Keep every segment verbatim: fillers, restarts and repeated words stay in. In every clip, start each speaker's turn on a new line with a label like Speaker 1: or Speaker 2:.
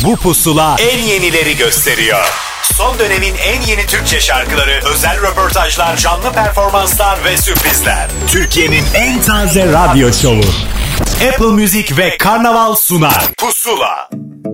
Speaker 1: Bu pusula en yenileri gösteriyor. Son dönemin en yeni Türkçe şarkıları, özel röportajlar, canlı performanslar ve sürprizler. Türkiye'nin en taze radyo şovu. Apple Music ve Karnaval sunar. Pusula.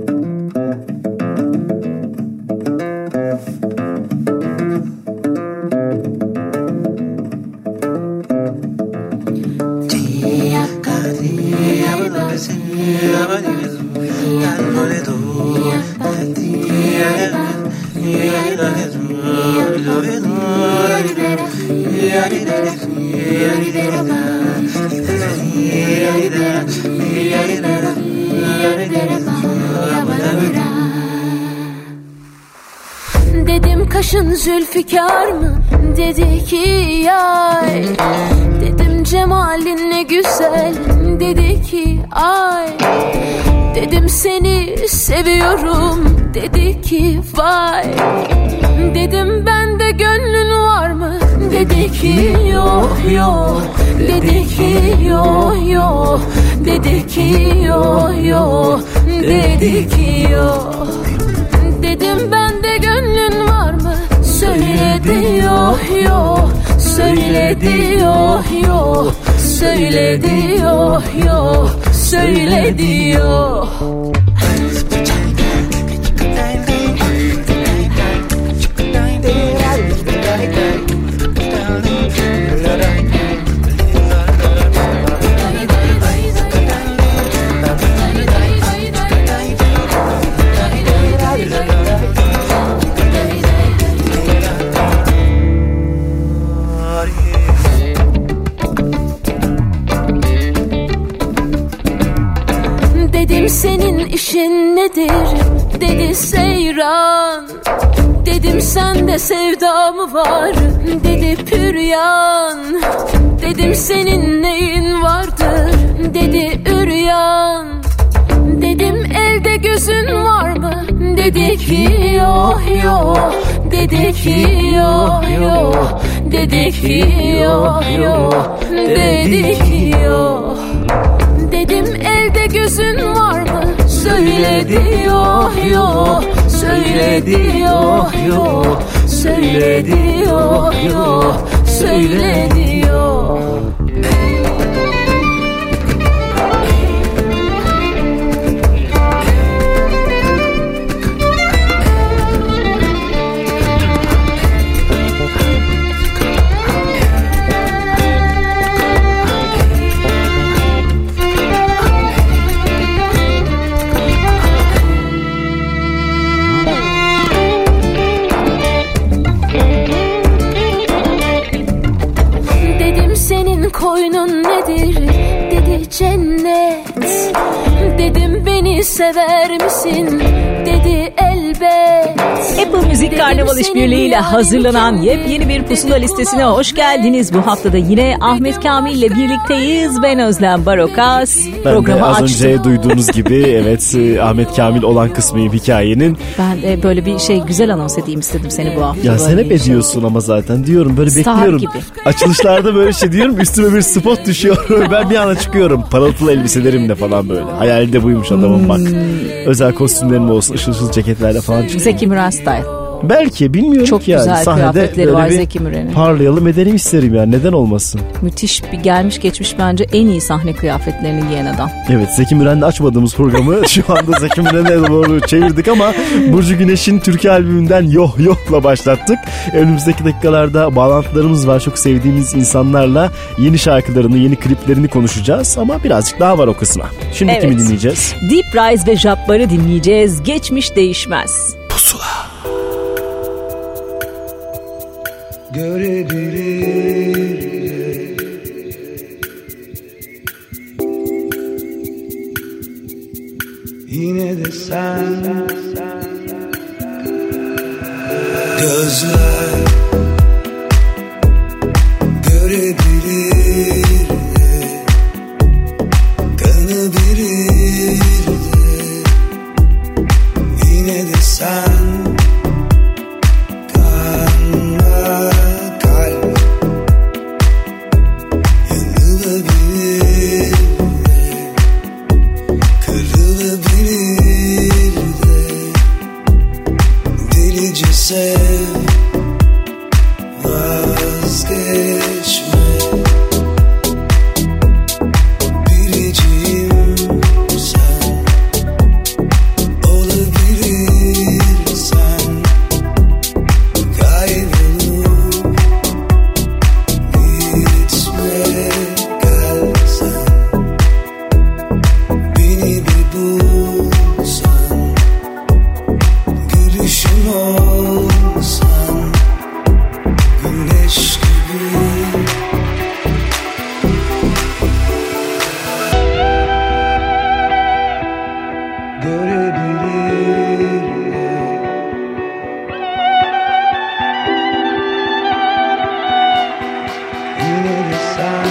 Speaker 2: Dedim kaşın Zülfikar mı? Dedi ki yay. Dedim cemalin ne güzel. Dedi ki ay. Dedim seni seviyorum. Dedi ki vay. Dedim bende gönlün var mı? Dedi ki yok yok. Dedi ki yok yok. Dedi ki yok yok. Dedi ki yok. Dedim bende gönlün var mı? Söyledi yok yok. Söyledi yok yok. Söyledi yok yok. Söyledi yok. Dedim senin işin nedir? Dedi seyran. Dedim sende sevda mı var? Dedi püryan. Dedim senin neyin vardır? Dedi üryan. Dedim elde gözün var mı? Dedi ki yok yok. Dedi ki yok yok. Dedi ki yok yok. Dedi ki yok. Dedim elde gözün var mı? Söyledi yok yok. Söyledi yok yok. Söyledi yok yok. Söyledi yok. Koynun nedir? Dedi cennet. Dedim beni sever misin? Dedi elbet.
Speaker 3: Apple Müzik Karnaval işbirliğiyle hazırlanan yepyeni bir pusula listesine hoş geldiniz. Bu haftada yine Ahmet Kamil ile birlikteyiz. Ben Özlem Barokas.
Speaker 4: Ben
Speaker 3: Programı
Speaker 4: de az
Speaker 3: açtım.
Speaker 4: önce duyduğunuz gibi evet Ahmet Kamil olan kısmıyım hikayenin.
Speaker 3: Ben de böyle bir şey güzel anons edeyim istedim seni bu hafta.
Speaker 4: Ya sen hep ediyorsun ama zaten diyorum böyle
Speaker 3: Star
Speaker 4: bekliyorum.
Speaker 3: gibi.
Speaker 4: Açılışlarda böyle şey diyorum, üstüme bir spot düşüyor. Ben bir anda çıkıyorum parıltılı elbiselerimle falan böyle. Hayalde buymuş adamın bak. Özel kostümlerim olsun, ışıl ışıl ceketlerle falan çıkıyor.
Speaker 3: Zeki Müren style.
Speaker 4: Belki bilmiyorum
Speaker 3: çok
Speaker 4: ki yani.
Speaker 3: Çok güzel
Speaker 4: sahnede
Speaker 3: kıyafetleri var Zeki Müren'in.
Speaker 4: Parlayalım edelim isterim yani, neden olmasın.
Speaker 3: Müthiş bir gelmiş geçmiş bence en iyi sahne kıyafetlerini giyen adam.
Speaker 4: Evet, Zeki Müren'le açmadığımız programı şu anda Zeki Müren'e doğru çevirdik ama Burcu Güneş'in Türkiye albümünden Yoh Yoh'la başlattık. Önümüzdeki dakikalarda bağlantılarımız var, çok sevdiğimiz insanlarla yeni şarkılarını, yeni kliplerini konuşacağız ama birazcık daha var o kısma. Şimdi evet. Kimi dinleyeceğiz?
Speaker 3: Deep Rise ve Jabbar'ı dinleyeceğiz. Geçmiş değişmez.
Speaker 4: Pusula.
Speaker 5: Görebilir yine de sen gözler görebilir kanabilir yine de sen
Speaker 6: Kırılabilir de
Speaker 5: sev, vazgeçme. Biricim sen, olabilirsen kaybolup gitme. Gelsen beni bir bulsan, gülüşün olsan güneş gibi. Görebilir yine de sen.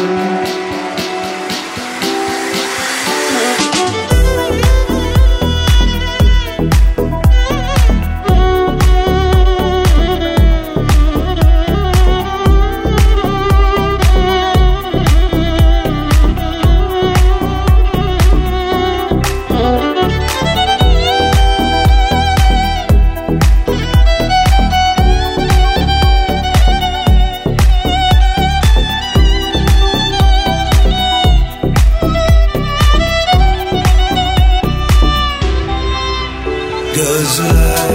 Speaker 5: Gözler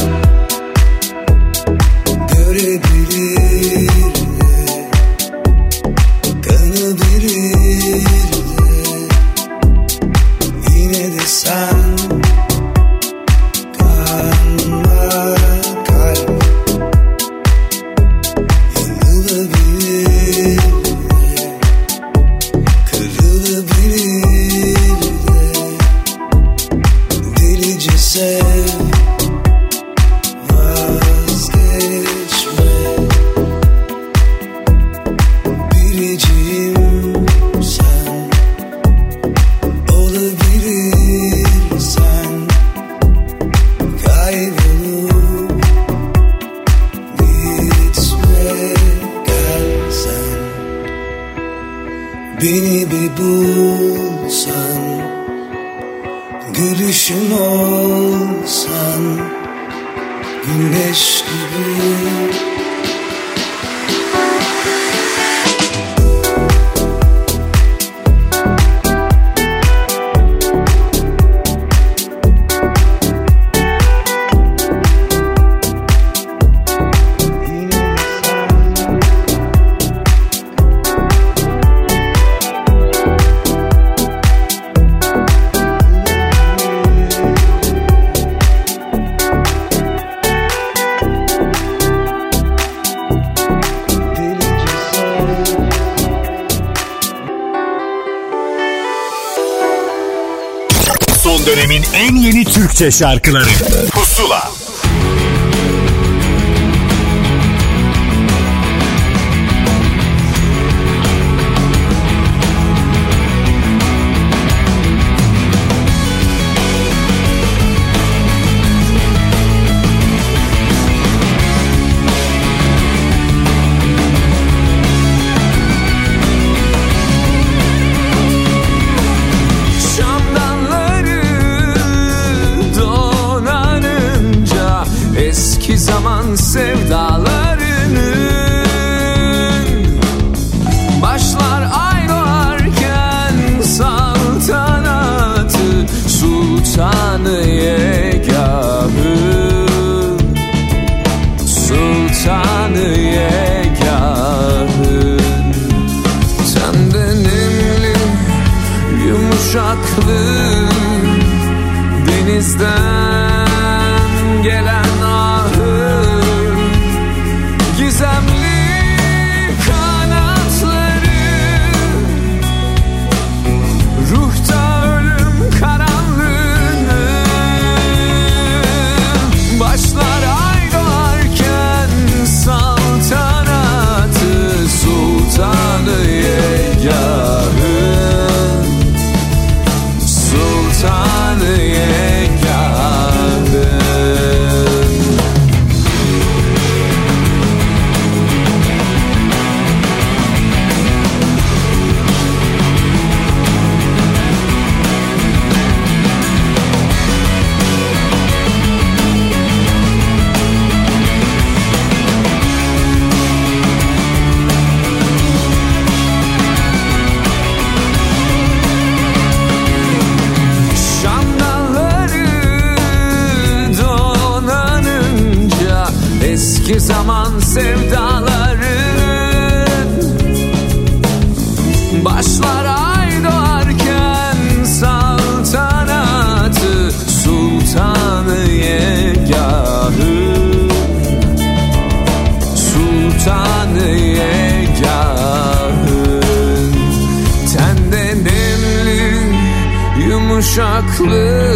Speaker 5: görebilir de, kanabilir de, yine de sen kanma kalp. Yanılabilir de, kırılabilir de, delice sev, vazgeçme. Biricim sen, olabilirsen kaybolup gitme. Gelsen beni bir bulsan, gülüşün olsan güneş gibi.
Speaker 1: Son dönemin en yeni Türkçe şarkıları Pusula.
Speaker 6: Sevdalarının başlar ay doğarken saltanatı, sultanı yegahı, sultanı yegahı. Senden nemli yumuşaklı denizden gelen gizemli kanatları, ruhta ölüm karanlığını, başlar ay doğarken saltanatı, sultanı yegahı, sultanı yegahı. ki zaman sevdaların başlar ay doğarken saltanatı sultanı yegahı sultanı yegahın tende nemli yumuşaklı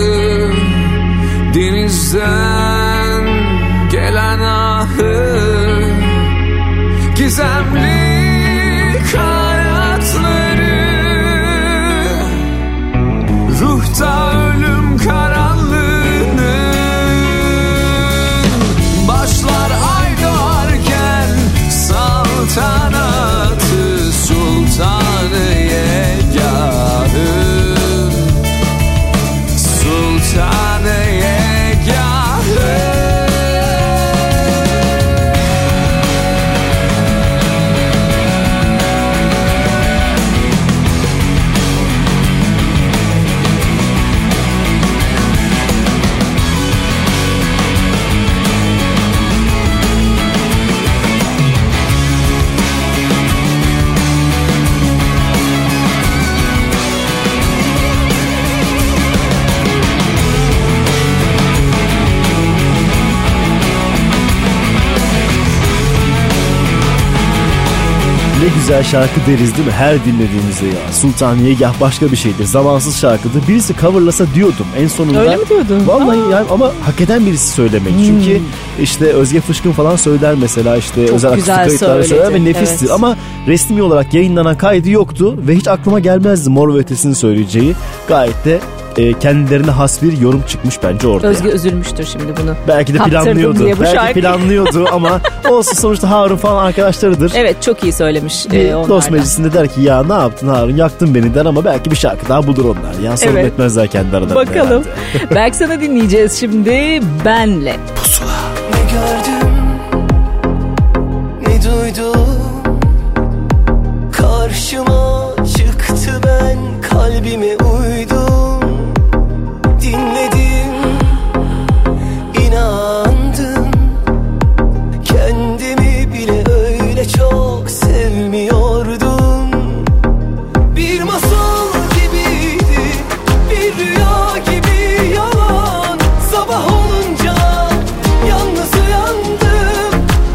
Speaker 6: denizden gelen ahı gizemli hayatları ruhta ölüm karanlığının başlar ay doğarken saltanatı sultanı yegahı sultanı yegahı.
Speaker 4: Ne güzel şarkı deriz değil mi? Her dinlediğimizde ya. Sultaniyegah başka bir şeydir. Zamansız şarkıdır. Birisi coverlasa diyordum en sonunda.
Speaker 3: Öyle mi diyordun?
Speaker 4: Vallahi
Speaker 3: Aa.
Speaker 4: yani ama hak eden birisi söylemek. Hmm. Çünkü işte Özge Fışkın falan söyler mesela işte
Speaker 3: çok
Speaker 4: özel akustik kayıtlarda söyler ve nefistir. Evet. Ama resmi olarak yayınlanan kaydı yoktu ve hiç aklıma gelmezdi Mor ve Ötesi'nin söyleyeceği. Gayet de e, kendilerine has bir yorum çıkmış bence ortaya.
Speaker 3: Özge üzülmüştür şimdi bunu.
Speaker 4: Belki de planlıyordu. Belki şarkı. planlıyordu ama olsun sonuçta Harun falan arkadaşlarıdır.
Speaker 3: Evet çok iyi söylemiş
Speaker 4: e,
Speaker 3: onlardan.
Speaker 4: Dost meclisinde der ki ya ne yaptın Harun yaktın beni der ama belki bir şarkı daha bulur onlar. Ya sorun evet. etmezler kendi aralarında.
Speaker 3: Bakalım. Belki sana dinleyeceğiz şimdi Benle.
Speaker 4: Pusula.
Speaker 5: Ne gördüm, ne duydum, karşıma çıktı ben kalbime uydum, dinledim, inandım, kendimi bile öyle çok sevmiyordum, bir masal gibiydi, bir rüya gibi yalan, sabah olunca yalnız uyandım,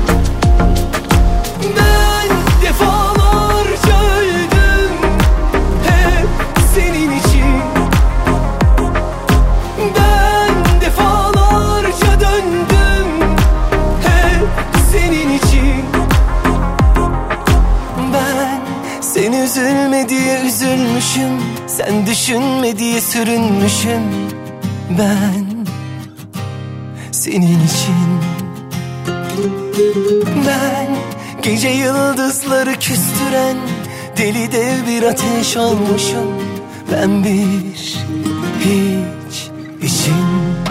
Speaker 5: ben defalarca öldüm hep senin için, ben defalarca döndüm hep senin için, ben sen üzülme diye üzülmüşüm, sen düşünme diye sürünmüşüm, ben senin için, ben gece yıldızları küstüren deli dev bir ateş olmuşum, ben bir hiç için.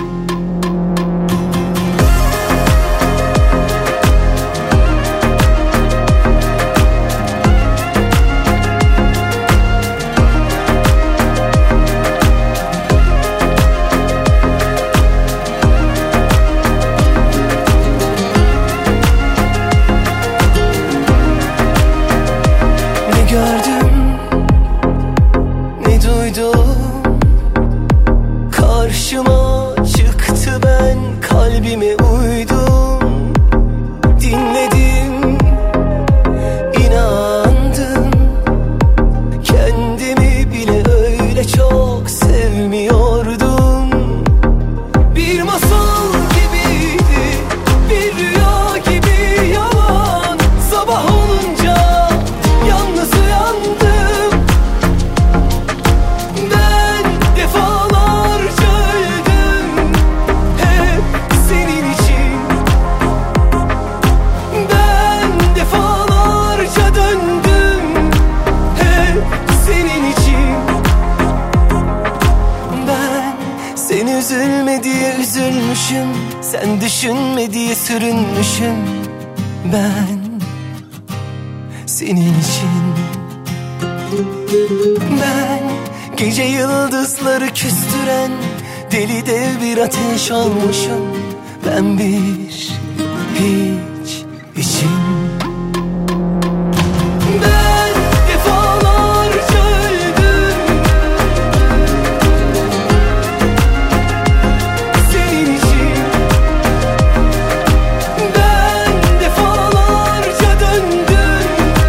Speaker 5: Ne gördüm, ne duydum, karşıma çıktı ben kalbime uydum, dinledim, inandım, kendimi bile öyle çok sevmiyordum, bir masal gibiydi, bir rüya gibi yalan, sabah olunca yalnız uyandım, ben defalarca öldüm hep senin için, ben defalarca döndüm hep senin için, ben sen üzülme diye üzülmüşüm, sen düşünme diye sürünmüşüm, ben senin için, ben gece yıldızları küstüren deli dev bir ateş olmuşum, ben bir hiç işin. Ben defalarca öldüm senin için. Ben defalarca döndüm.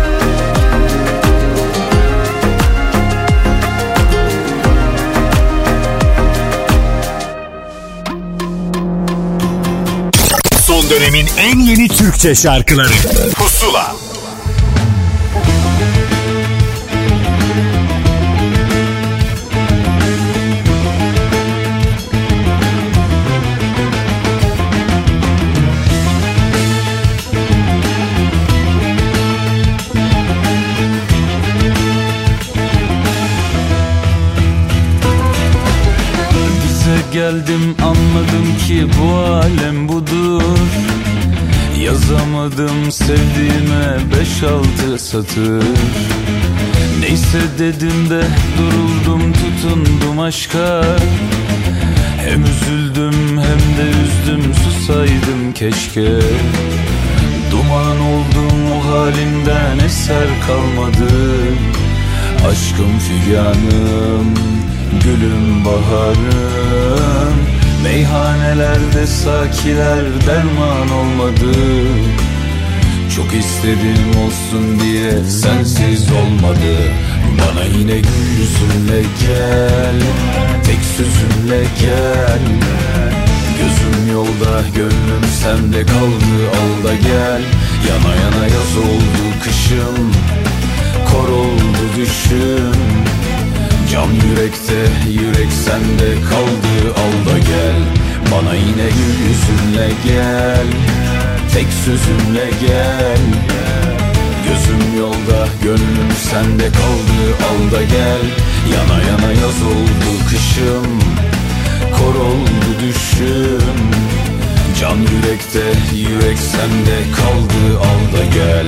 Speaker 1: Son dönemin en yeni Türkçe şarkıları Pusula.
Speaker 6: Geldim anladım ki bu alem budur. Yazamadım sevdiğime beş altı satır. Neyse dedim de duruldum tutundum aşka. Hem üzüldüm hem de üzdüm susaydım keşke. Duman oldum o halimden eser kalmadı. Aşkım figanım, gülüm baharım. Meyhanelerde sakiler derman olmadı. Çok istedim olsun diye sensiz olmadı. Bana yine gül yüzünle gel, tek sözünle gel. Gözüm yolda gönlüm sende kaldı, al da gel. Yana yana yaz oldu kışım, kor oldu düşüm. Can yürekte, yürek sende kaldı, al da gel. Bana yine gül yüzünle gel, tek sözümle gel. Gözüm yolda, gönlüm sende kaldı, al da gel. Yana yana yaz oldu kışım, kor oldu düşüm. Can yürekte, yürek sende kaldı, al da gel.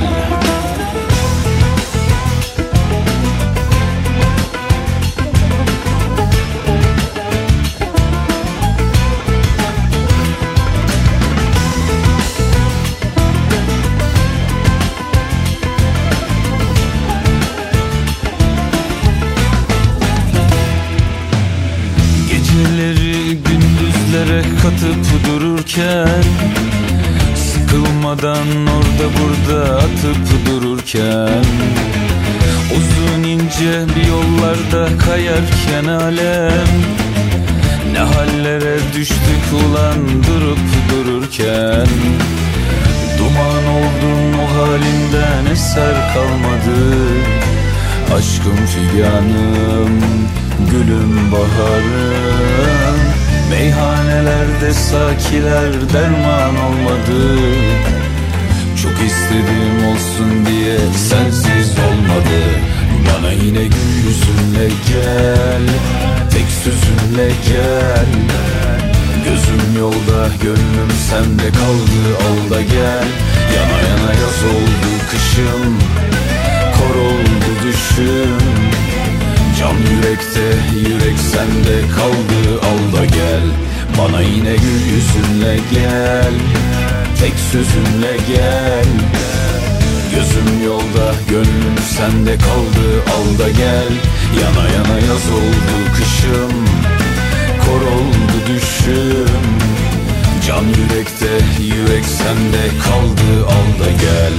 Speaker 6: Katıp dururken, sıkılmadan orada burada atıp dururken, uzun ince bir yollarda kayarken alem, ne hallere düştük ulan durup dururken. Duman oldun o halinden eser kalmadı. Aşkım figanım, gülüm baharım. Meyhanelerde sakiler derman olmadı. Çok istedim olsun diye sensiz olmadı. Bana yine gül yüzünle gel, tek sözünle gel. Gözüm yolda, gönlüm sende kaldı, al da gel. Yana yana yaz oldu kışım, kor oldu düşüm. Can yürekte, yürek sende kaldı, al da gel. Bana yine gül yüzünle gel, tek sözünle gel. Gözüm yolda, gönlüm sende kaldı, al da gel. Yana yana yaz oldu kışım, kor oldu düşüm. Can yürekte, yürek sende kaldı, al da gel.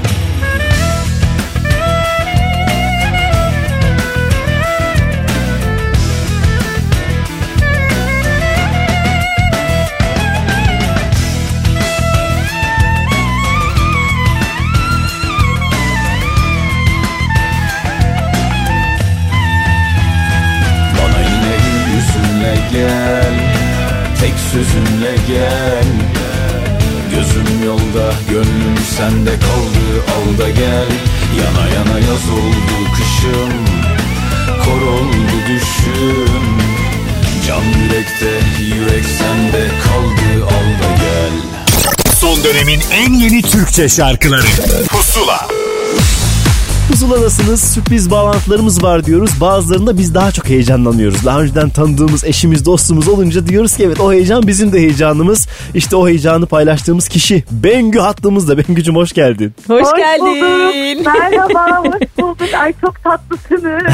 Speaker 6: Gel, tek sözünle gel. Gözüm yolda, gönlüm sende kaldı, al da gel. Yana yana yaz oldu kışım, kor oldu düşüm. Can yürekte, yürek sende kaldı, al da gel.
Speaker 1: Son dönemin en yeni Türkçe şarkıları Pusula.
Speaker 4: Pusuladasınız, sürpriz bağlantılarımız var diyoruz. Bazılarında biz daha çok heyecanlanıyoruz. Daha önceden tanıdığımız eşimiz, dostumuz olunca diyoruz ki evet, o heyecan bizim de heyecanımız. İşte o heyecanı paylaştığımız kişi Bengü hattımızda. Bengücüm hoş geldin.
Speaker 3: Hoş,
Speaker 7: Hoş
Speaker 3: geldin.
Speaker 7: bulduk. Merhaba, hoş bulduk. Ay çok tatlısınız.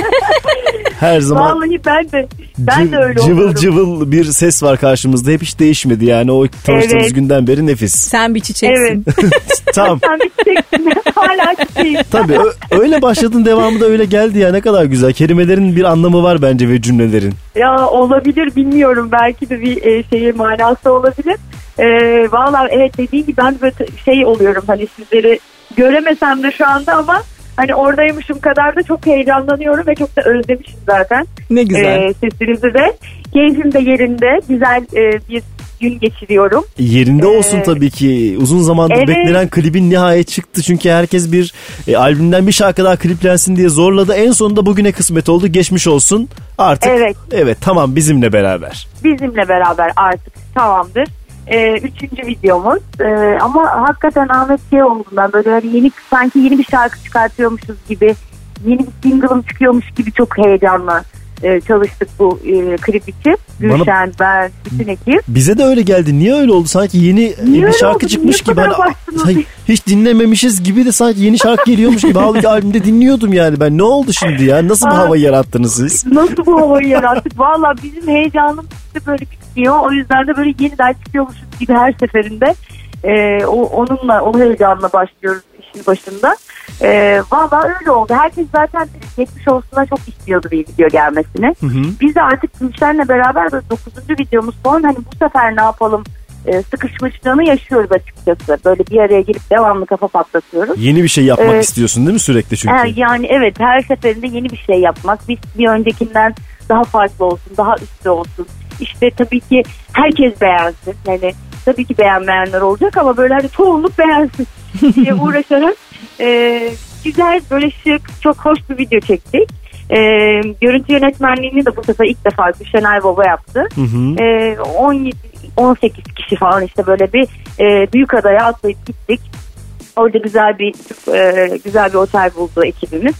Speaker 4: Her zaman
Speaker 7: Vallahi ben de ben de öyle
Speaker 4: cıvıl
Speaker 7: oluyorum.
Speaker 4: cıvıl bir ses var karşımızda. Hep hiç değişmedi yani, o tanıştığımız
Speaker 7: Evet.
Speaker 4: günden beri nefis.
Speaker 3: Sen bir çiçeksin.
Speaker 7: Evet.
Speaker 4: Tamam.
Speaker 7: Sen bir çiçeksin. Hala çiçeğim.
Speaker 4: Tabii ö- öyle başladın, devamı da öyle geldi ya, ne kadar güzel. Kelimelerin bir anlamı var bence ve cümlelerin.
Speaker 7: Ya olabilir, bilmiyorum. Belki de bir e, şeyi manası olabilir. E, Valla evet, dediğim gibi ben böyle şey oluyorum. Hani sizleri göremesem de şu anda ama hani oradaymışım kadar da çok heyecanlanıyorum ve çok da özlemişim zaten.
Speaker 3: Ne güzel.
Speaker 7: E, sesinizi de. Keyfim de yerinde. Güzel e, bir gün geçiriyorum.
Speaker 4: Yerinde olsun
Speaker 7: Ee,
Speaker 4: tabii ki. Uzun zamandır
Speaker 7: evet.
Speaker 4: beklenen klibin nihayet çıktı. Çünkü herkes bir e, albümden bir şarkı daha kliplensin diye zorladı. En sonunda bugüne kısmet oldu. Geçmiş olsun. Artık
Speaker 7: Evet.
Speaker 4: evet tamam, bizimle beraber.
Speaker 7: Bizimle beraber artık tamamdır. Ee, üçüncü videomuz. Ee, ama hakikaten Ahmet şey oldum ben, böyle hani yeni, sanki yeni bir şarkı çıkartıyormuşuz gibi, yeni bir single'ım çıkıyormuş gibi çok heyecanla e, çalıştık bu e, klip için.
Speaker 4: Bana-
Speaker 7: Gülşen, ben, bütün ekip.
Speaker 4: Bize de öyle geldi. Niye öyle oldu? Sanki yeni e,
Speaker 7: Niye
Speaker 4: bir
Speaker 7: öyle
Speaker 4: şarkı
Speaker 7: oldu?
Speaker 4: çıkmış
Speaker 7: Niye
Speaker 4: gibi.
Speaker 7: bu kadar
Speaker 4: Hani,
Speaker 7: bastınız?
Speaker 4: hay- hiç dinlememişiz gibi de sanki yeni şarkı geliyormuş gibi. Halbuki albümde dinliyordum yani ben. Ne oldu şimdi ya? Nasıl bir
Speaker 7: Aa.
Speaker 4: hava yarattınız siz?
Speaker 7: Nasıl bu havayı yarattık? Valla bizim heyecanımız işte böyle bitmiyor. O yüzden de böyle yeniden çıkıyormuşuz gibi her seferinde. Ee, o, onunla, o heyecanla başlıyoruz işin başında. Ee, Valla öyle oldu. Herkes zaten geçmiş olsuna çok istiyordu bir video gelmesini.
Speaker 4: Hı hı.
Speaker 7: Biz de artık Gülşen'le beraber böyle dokuzuncu videomuz falan, hani bu sefer ne yapalım e, sıkışmışlığını yaşıyoruz açıkçası. Böyle bir araya gelip devamlı kafa patlatıyoruz.
Speaker 4: Yeni bir şey yapmak
Speaker 7: Evet.
Speaker 4: istiyorsun değil mi sürekli çünkü?
Speaker 7: Ha, yani evet, her seferinde yeni bir şey yapmak. Bir, bir öncekinden daha farklı olsun, daha üstü olsun. İşte tabii ki herkes beğensin. Yani tabii ki beğenmeyenler olacak ama böyle hani çoğunluk beğensin diye uğraşarak e, güzel, böyle şık, çok hoş bir video çektik. E, görüntü yönetmenliğini de bu sefer ilk defa Gülşen Baba yaptı.
Speaker 4: Hı hı.
Speaker 7: E, on yedi on sekiz kişi falan işte böyle bir e, büyük adaya atlayıp gittik. Orada güzel bir e, güzel bir otel buldu ekibimiz.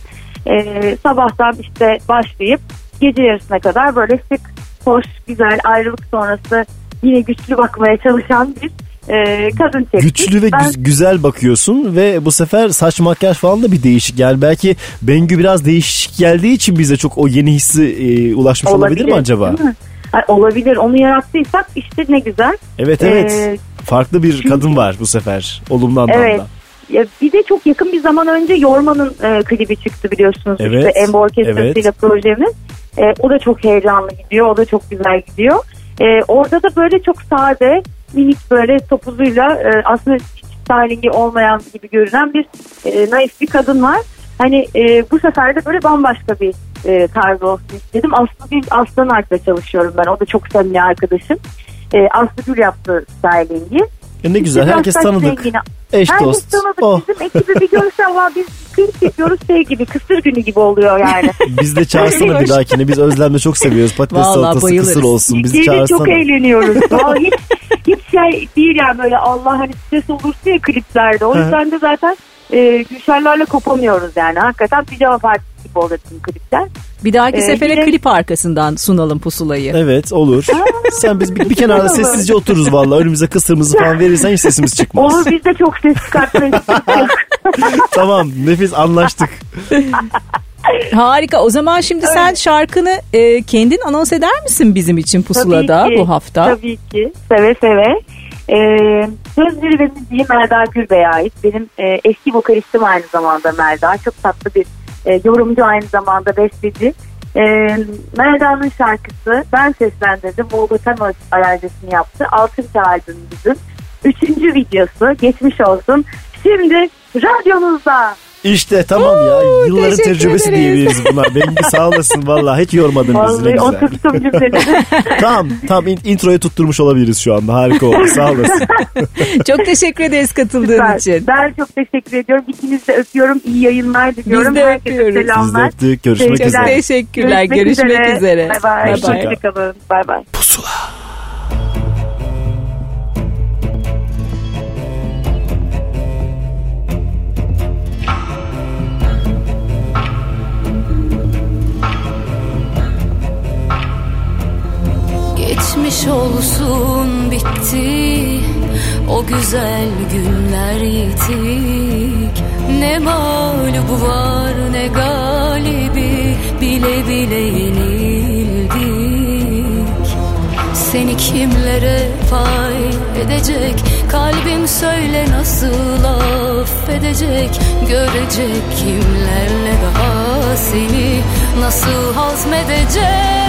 Speaker 7: E, sabahtan işte başlayıp gece yarısına kadar böyle sık, hoş, güzel, ayrılık sonrası yine güçlü bakmaya çalışan bir e, kadın çektik.
Speaker 4: Güçlü ve
Speaker 7: Ben-
Speaker 4: güz- güzel bakıyorsun ve bu sefer saç makyaj falan da bir değişik. Yani belki Bengü biraz değişik geldiği için bize çok o yeni hissi e, ulaşmış olabilir, mi acaba?
Speaker 7: değil mi? Ay, olabilir. Onu yarattıysak işte ne güzel.
Speaker 4: Evet evet.
Speaker 7: Ee,
Speaker 4: Farklı bir
Speaker 7: çünkü-
Speaker 4: kadın var bu sefer. Olumlu anlamda.
Speaker 7: Evet. Ya bir de çok yakın bir zaman önce Yorman'ın e, klibi çıktı biliyorsunuz.
Speaker 4: Evet,
Speaker 7: İşte Embo Orkestrası'yla
Speaker 4: evet.
Speaker 7: projemiz. E, o da çok heyecanlı gidiyor. O da çok güzel gidiyor. E, orada da böyle çok sade, minik böyle topuzuyla e, aslında hiç stylingi olmayan gibi görünen bir e, naif bir kadın var. Hani e, bu sefer de böyle bambaşka bir e, tarz olsun istedim. Aslı Gül Aslanark'la çalışıyorum ben. O da çok samimi arkadaşım. E, Aslı Gül yaptı stylingi.
Speaker 4: E ne güzel,
Speaker 7: Biraz
Speaker 4: herkes
Speaker 7: saç
Speaker 4: tanıdık.
Speaker 7: rengini-
Speaker 4: Eş
Speaker 7: Herkes
Speaker 4: dost.
Speaker 7: tanıdık.
Speaker 4: Oh.
Speaker 7: Bizim ekibi bir görsen var, biz klip yapıyoruz şey gibi, kısır günü gibi oluyor yani.
Speaker 4: Biz de çağırsana bir dahakine. Biz Özlem'le çok seviyoruz. Patates
Speaker 3: Vallahi
Speaker 4: salatası
Speaker 3: bayılırız.
Speaker 4: kısır olsun. Bizi
Speaker 7: Gelin
Speaker 4: çağırsana.
Speaker 7: çok eğleniyoruz. Vallahi hiç, hiç şey değil yani, böyle Allah hani stres olursa ya kliplerde. O yüzden de zaten e, Gülşenlerle kopamıyoruz yani. Hakikaten pijama partisi gibi oluyor tüm klipler.
Speaker 3: Bir dahaki
Speaker 7: Ee,
Speaker 3: sefere
Speaker 7: yine-
Speaker 3: klip arkasından sunalım pusulayı.
Speaker 4: Evet olur. Sen biz bir, bir kenarda
Speaker 7: olur.
Speaker 4: sessizce otururuz vallahi. Önümüze kısırımızı falan verirsen hiç sesimiz çıkmaz.
Speaker 7: Olur, biz de çok ses çıkartmayız.
Speaker 4: Tamam, nefis, anlaştık.
Speaker 3: Harika. O zaman şimdi sen
Speaker 7: Öyle.
Speaker 3: şarkını e, kendin anons eder misin bizim için pusulada
Speaker 7: Tabii ki,
Speaker 3: bu hafta?
Speaker 7: Tabii ki. Seve seve. Ee, sözleri ve müziği Melda Gürbey'e ait. Benim e, eski vokalistim aynı zamanda Melda. Çok tatlı bir e, yorumcu, aynı zamanda besteci. E, Melda'nın şarkısı, ben seslendirdim. Volga aranjesini yaptı. Altıncı albümümüzün üçüncü videosu. Geçmiş olsun. Şimdi radyonuzda.
Speaker 4: İşte tamam ya. Yılların
Speaker 3: teşekkür
Speaker 4: tecrübesi
Speaker 3: ederiz.
Speaker 4: diyebiliriz buna. Bengi sağ olasın vallahi. Hiç yormadın bizi. Ne
Speaker 7: Vallahi
Speaker 4: güzel.
Speaker 7: oturttum cümleleri.
Speaker 4: Tamam tamam, in- introyu tutturmuş olabiliriz şu anda. Harika oldu. Sağ olasın.
Speaker 3: Çok teşekkür ederiz katıldığın
Speaker 7: Süper.
Speaker 3: için.
Speaker 7: Ben çok teşekkür ediyorum. İkinizi de öpüyorum. İyi yayınlar diliyorum.
Speaker 3: Biz de
Speaker 7: Herkese
Speaker 3: öpüyoruz.
Speaker 4: Biz de
Speaker 7: selamlar.
Speaker 4: öptük. Görüşmek
Speaker 7: Sevgiler.
Speaker 3: Çok
Speaker 4: üzere.
Speaker 3: teşekkürler. Görüşmek, üzere.
Speaker 7: Bay bay.
Speaker 3: Bay bay.
Speaker 7: Hoşçakalın. Bay bay.
Speaker 1: Pusula.
Speaker 2: bitti, o güzel günler yitik. Ne mağlubu var ne galibi, bile bile yenildik. Seni kimlere pay edecek, kalbim söyle nasıl affedecek. Görecek kimlerle daha seni nasıl hazmedecek.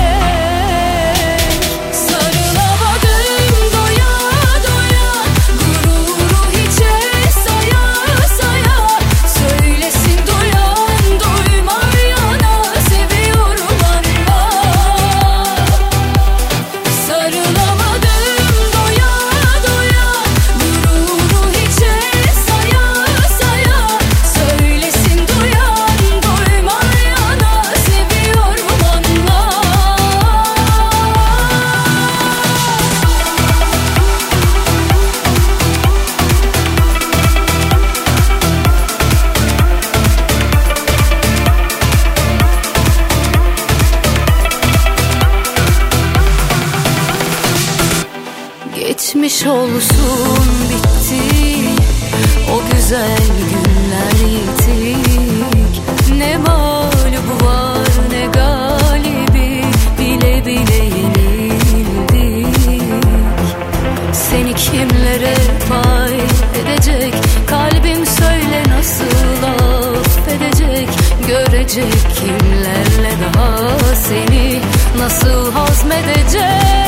Speaker 2: Geçmiş olsun bitti, o güzel günler yitik. Ne mağlubu var ne galibi, bile bile yenildik. Seni kimlere pay edecek, kalbim söyle nasıl affedecek. Görecek kimlerle daha seni nasıl hazmedecek.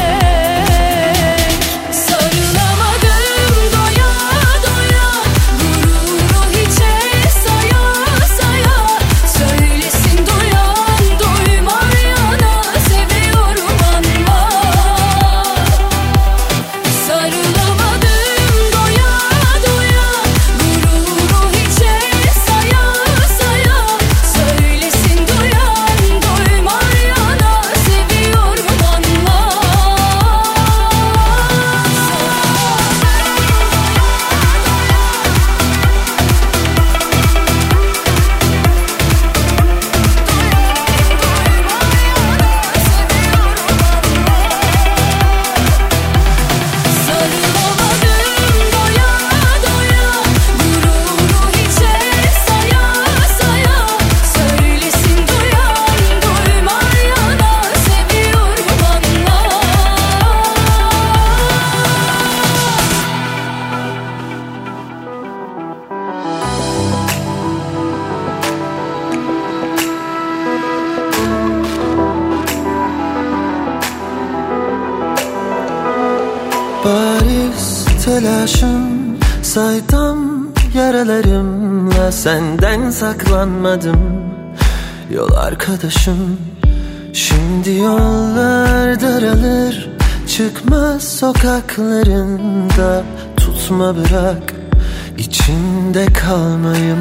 Speaker 8: Telaşım saydam yaralarımla, senden saklanmadım yol arkadaşım. Şimdi yollar daralır, çıkmaz sokaklarında. Tutma bırak, içinde kalmayım.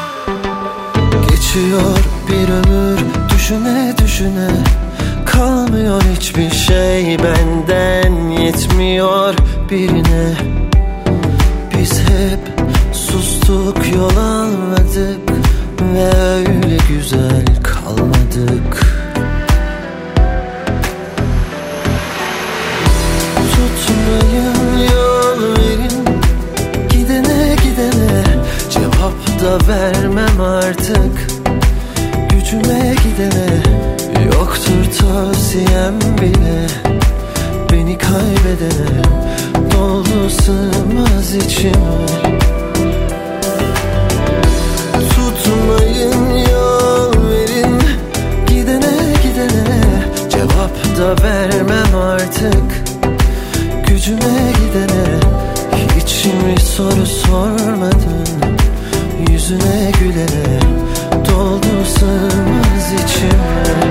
Speaker 8: Geçiyor bir ömür düşüne düşüne, kalmıyor hiçbir şey benden, yetmiyor birine. Biz hep sustuk, yol almadık ve öyle güzel kalmadık. Tutmayın, yol verin, gidene gidene cevap da vermem artık. Gücüme gidene yoktur tavsiyem bile, beni kaybedene doldu sığmaz içime. Tutmayın, yol verin, gidene gidene cevap da vermem artık. Gücüme gidene hiç mi soru sormadın, yüzüne gülene doldu sığmaz içime.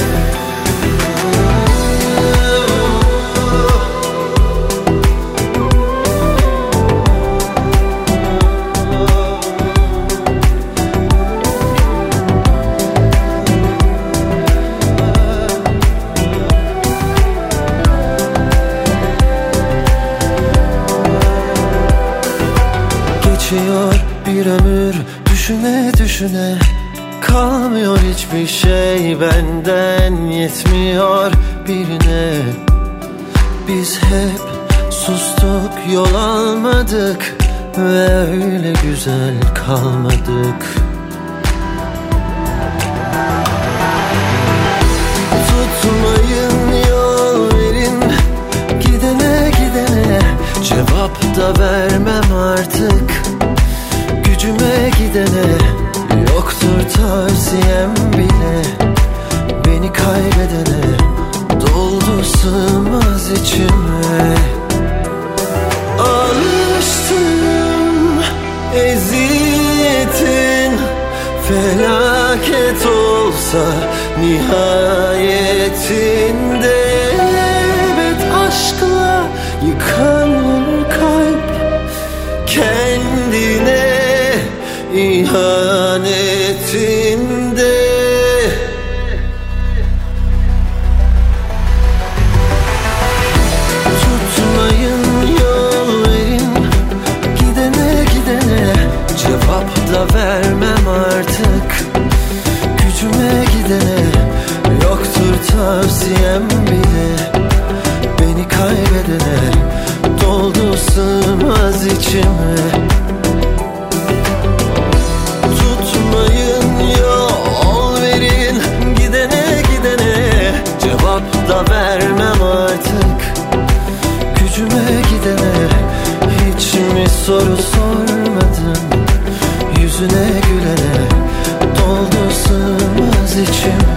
Speaker 8: Geçiyor bir ömür düşüne düşüne, kalmıyor hiçbir şey benden, yetmiyor birine. Biz hep sustuk, yol almadık ve öyle güzel kalmadık. Tutmayın, yol verin, gidene gidene cevap da vermem artık. Gücüme gidene yoktur tavsiyem bile. Beni kaybedene doldu sığmaz içime. Alıştım eziyetin, felaket olsa nihayetinde. Evet, aşkla yıkanır kalp, kendine ihanetinde. Tutmayın, yol verin, gidene gidene cevap da vermem artık. Gücüme gidene yoktur tavsiyem bile. Beni kaybedene doldu sığmaz içime. Tutmayın, yol verin, gidene gidene cevap da vermem artık. Gücüme gidene hiç mi soru sormadın? Yüzüne gülene doldu sığmaz içime.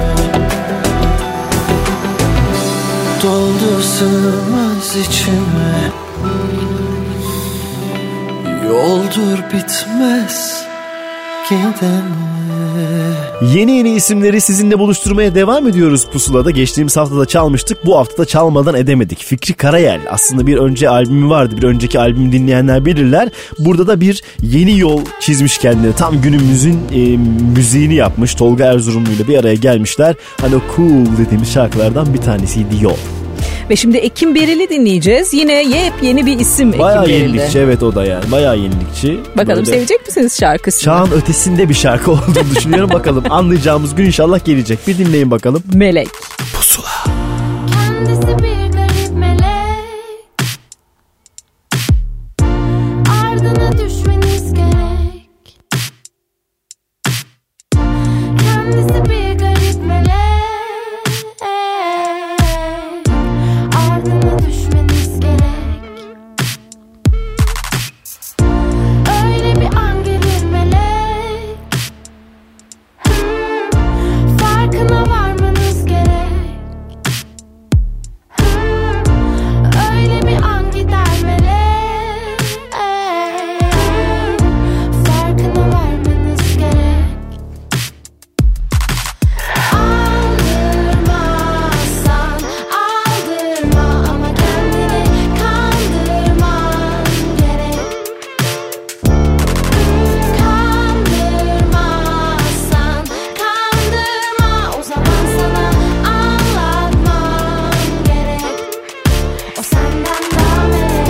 Speaker 8: Doldu sığmaz içime. Yoldur bitmez gidene.
Speaker 4: Yeni yeni isimleri sizinle buluşturmaya devam ediyoruz Pusula'da. Geçtiğimiz haftada çalmıştık. Bu hafta da çalmadan edemedik. Fikri Karayel aslında bir önce albümü vardı. Bir önceki albümü dinleyenler bilirler. Burada da bir yeni yol çizmiş kendine. Tam günümüzün e, müziğini yapmış. Tolga Erzurumlu ile bir araya gelmişler. Hani o cool dediğimiz şarkılardan bir tanesiydi Yol.
Speaker 3: Ve şimdi Ekim Beril'i dinleyeceğiz. Yine yepyeni bir isim
Speaker 4: bayağı
Speaker 3: Ekim Beril'de.
Speaker 4: Yenilikçi, evet o da yani. Bayağı yenilikçi.
Speaker 3: Bakalım
Speaker 4: böyle
Speaker 3: sevecek misiniz şarkısını?
Speaker 4: çağın ötesinde bir şarkı olduğunu düşünüyorum. Bakalım anlayacağımız gün inşallah gelecek. Bir dinleyin bakalım.
Speaker 3: Melek.
Speaker 4: Pusula.
Speaker 9: Kendisi bir garip melek, ardına düşmeniz gerek. Kendisi bir garip melek, ardına düşmeniz gerek. Öyle bir an gelir melek, farkına varmanız gerek. Öyle bir an gider melek, farkına varmanız gerek. Aldırmazsan aldırma, ama kendini kandırman gerek. Kandırmazsan kandırma, o zaman sana anlatmam gerek. O senden daha melek,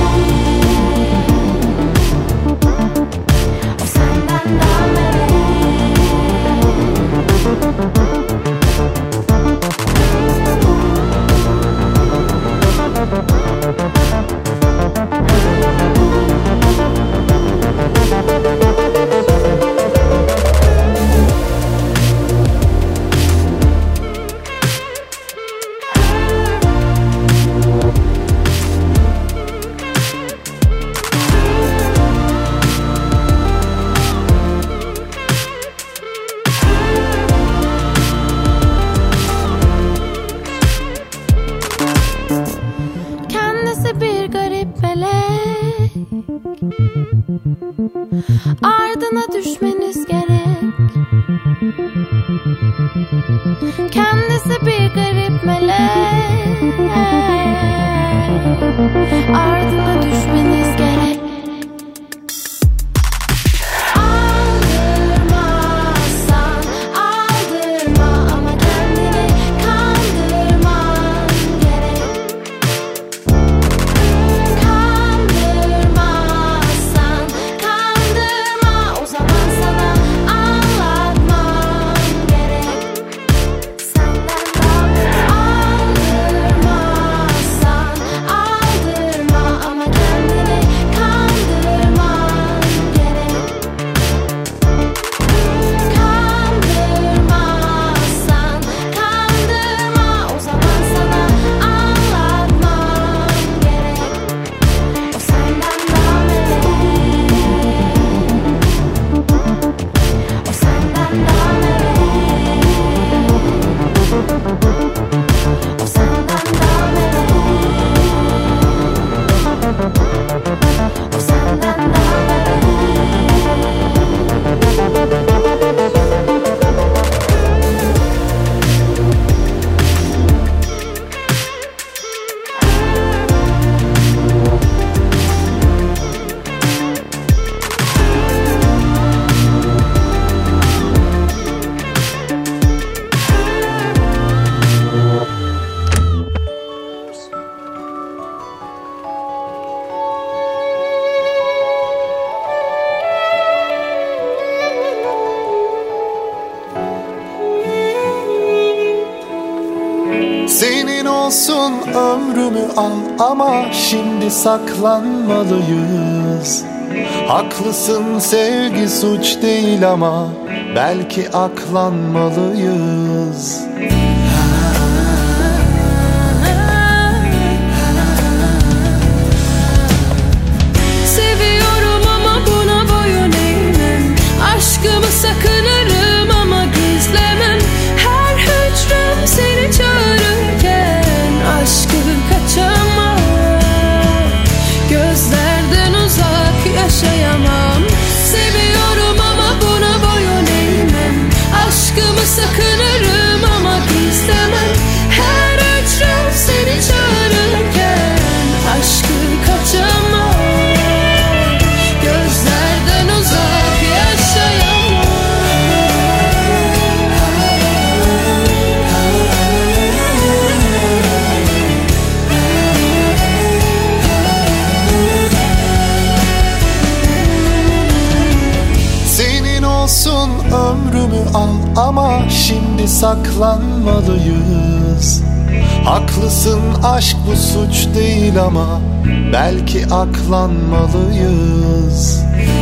Speaker 9: o senden daha melek. Kendisi bir garip melek, ardına düşmeniz gerek. Kendisi bir garip melek, ardına düşmeniz gerek. Aldırmazsan aldırma, ama kendini kandırman gerek. Kandırmazsan kandırma, o zaman sana anlatmam gerek. Senden
Speaker 8: olsun ömrümü al ama şimdi saklanmalıyız. Haklısın, sevgi suç değil ama belki aklanmalıyız.
Speaker 5: Seviyorum ama buna boyun eğmem. Aşkımı sakınırım ama gizlemem. Her hücrem seni çağırırken aşkın kaçamam. Gözlerden uzak yaşayamam. Seviyorum ama buna boyun eğmem. Aşkımı sakınırım ama gizlemem. Her hücrem seni çağırırken aşkın kaçamam. Gözlerden uzak yaşayamam.
Speaker 8: Senin olsun ömrümü al ama şimdi saklanmalıyız. Haklısın, aşk bu suç değil ama belki aklanmalıyız.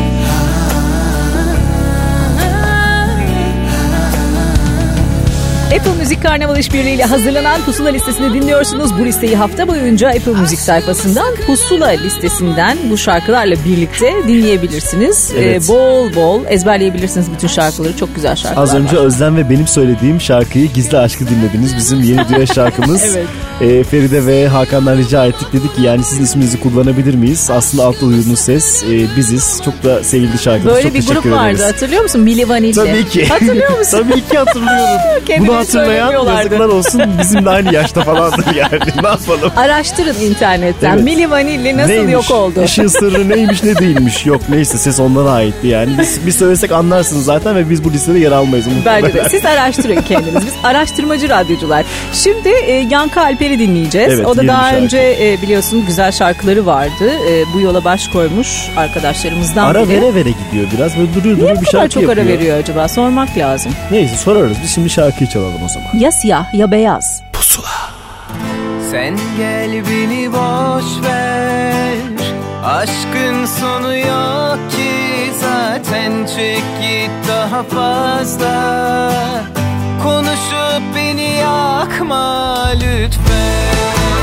Speaker 3: Apple Müzik Karnaval İşbirliği ile hazırlanan Pusula listesini dinliyorsunuz. Bu listeyi hafta boyunca Apple Müzik sayfasından Pusula listesinden bu şarkılarla birlikte dinleyebilirsiniz.
Speaker 4: Evet.
Speaker 3: Ee, bol bol ezberleyebilirsiniz bütün şarkıları. Çok güzel şarkılar
Speaker 4: Az önce
Speaker 3: var.
Speaker 4: Özlem ve benim söylediğim şarkıyı Gizli Aşkı dinlediniz. Bizim yeni düet şarkımız.
Speaker 3: Evet.
Speaker 4: e, Feride ve Hakan'dan rica ettik. Dedik ki yani sizin isminizi kullanabilir miyiz? Aslında altta duyduğunuz ses e, biziz. Çok da sevildi şarkımız.
Speaker 3: Böyle
Speaker 4: Çok
Speaker 3: bir
Speaker 4: teşekkür
Speaker 3: grup vardı,
Speaker 4: ederiz.
Speaker 3: hatırlıyor musun? Milli Vanilli.
Speaker 4: Tabii ki.
Speaker 3: Hatırlıyor musun?
Speaker 4: Tabii ki hatırlıyorum.
Speaker 3: Kendileri
Speaker 4: Bunu hatırlayan
Speaker 3: söylemiyorlardı.
Speaker 4: yazıklar olsun, bizimle aynı yaşta falandır yani. Ne yapalım?
Speaker 3: Araştırın internetten.
Speaker 4: Evet.
Speaker 3: Milli Vanilli nasıl
Speaker 4: Neymiş?
Speaker 3: yok oldu?
Speaker 4: İşin sırrı neymiş ne değilmiş. Yok neyse, ses onlara aitti yani. Biz, biz söylesek anlarsınız zaten ve biz bu listede yer almayız.
Speaker 3: Bence de. Siz araştırın kendiniz. Biz araştırmacı radyocular. Şimdi e, Yankı Alper'i dinleyeceğiz.
Speaker 4: Evet,
Speaker 3: o da
Speaker 4: yeni
Speaker 3: daha
Speaker 4: şarkı.
Speaker 3: önce e, biliyorsun güzel şarkıları vardı. E, bu yola baş koymuş arkadaşlarımızdan
Speaker 4: Ara
Speaker 3: biri.
Speaker 4: vere vere gidiyor biraz. Böyle duruyor
Speaker 3: Niye
Speaker 4: duruyor
Speaker 3: bu
Speaker 4: bir
Speaker 3: kadar
Speaker 4: şarkı
Speaker 3: çok
Speaker 4: yapıyor.
Speaker 3: ara veriyor acaba? Sormak lazım.
Speaker 4: Neyse sorarız. Biz şimdi şarkıyı çalalım o zaman.
Speaker 3: Ya siyah ya beyaz.
Speaker 5: Sen gel beni boş ver. Aşkın sonu yok ki zaten, çek git daha fazla. Konuşup beni yakma lütfen.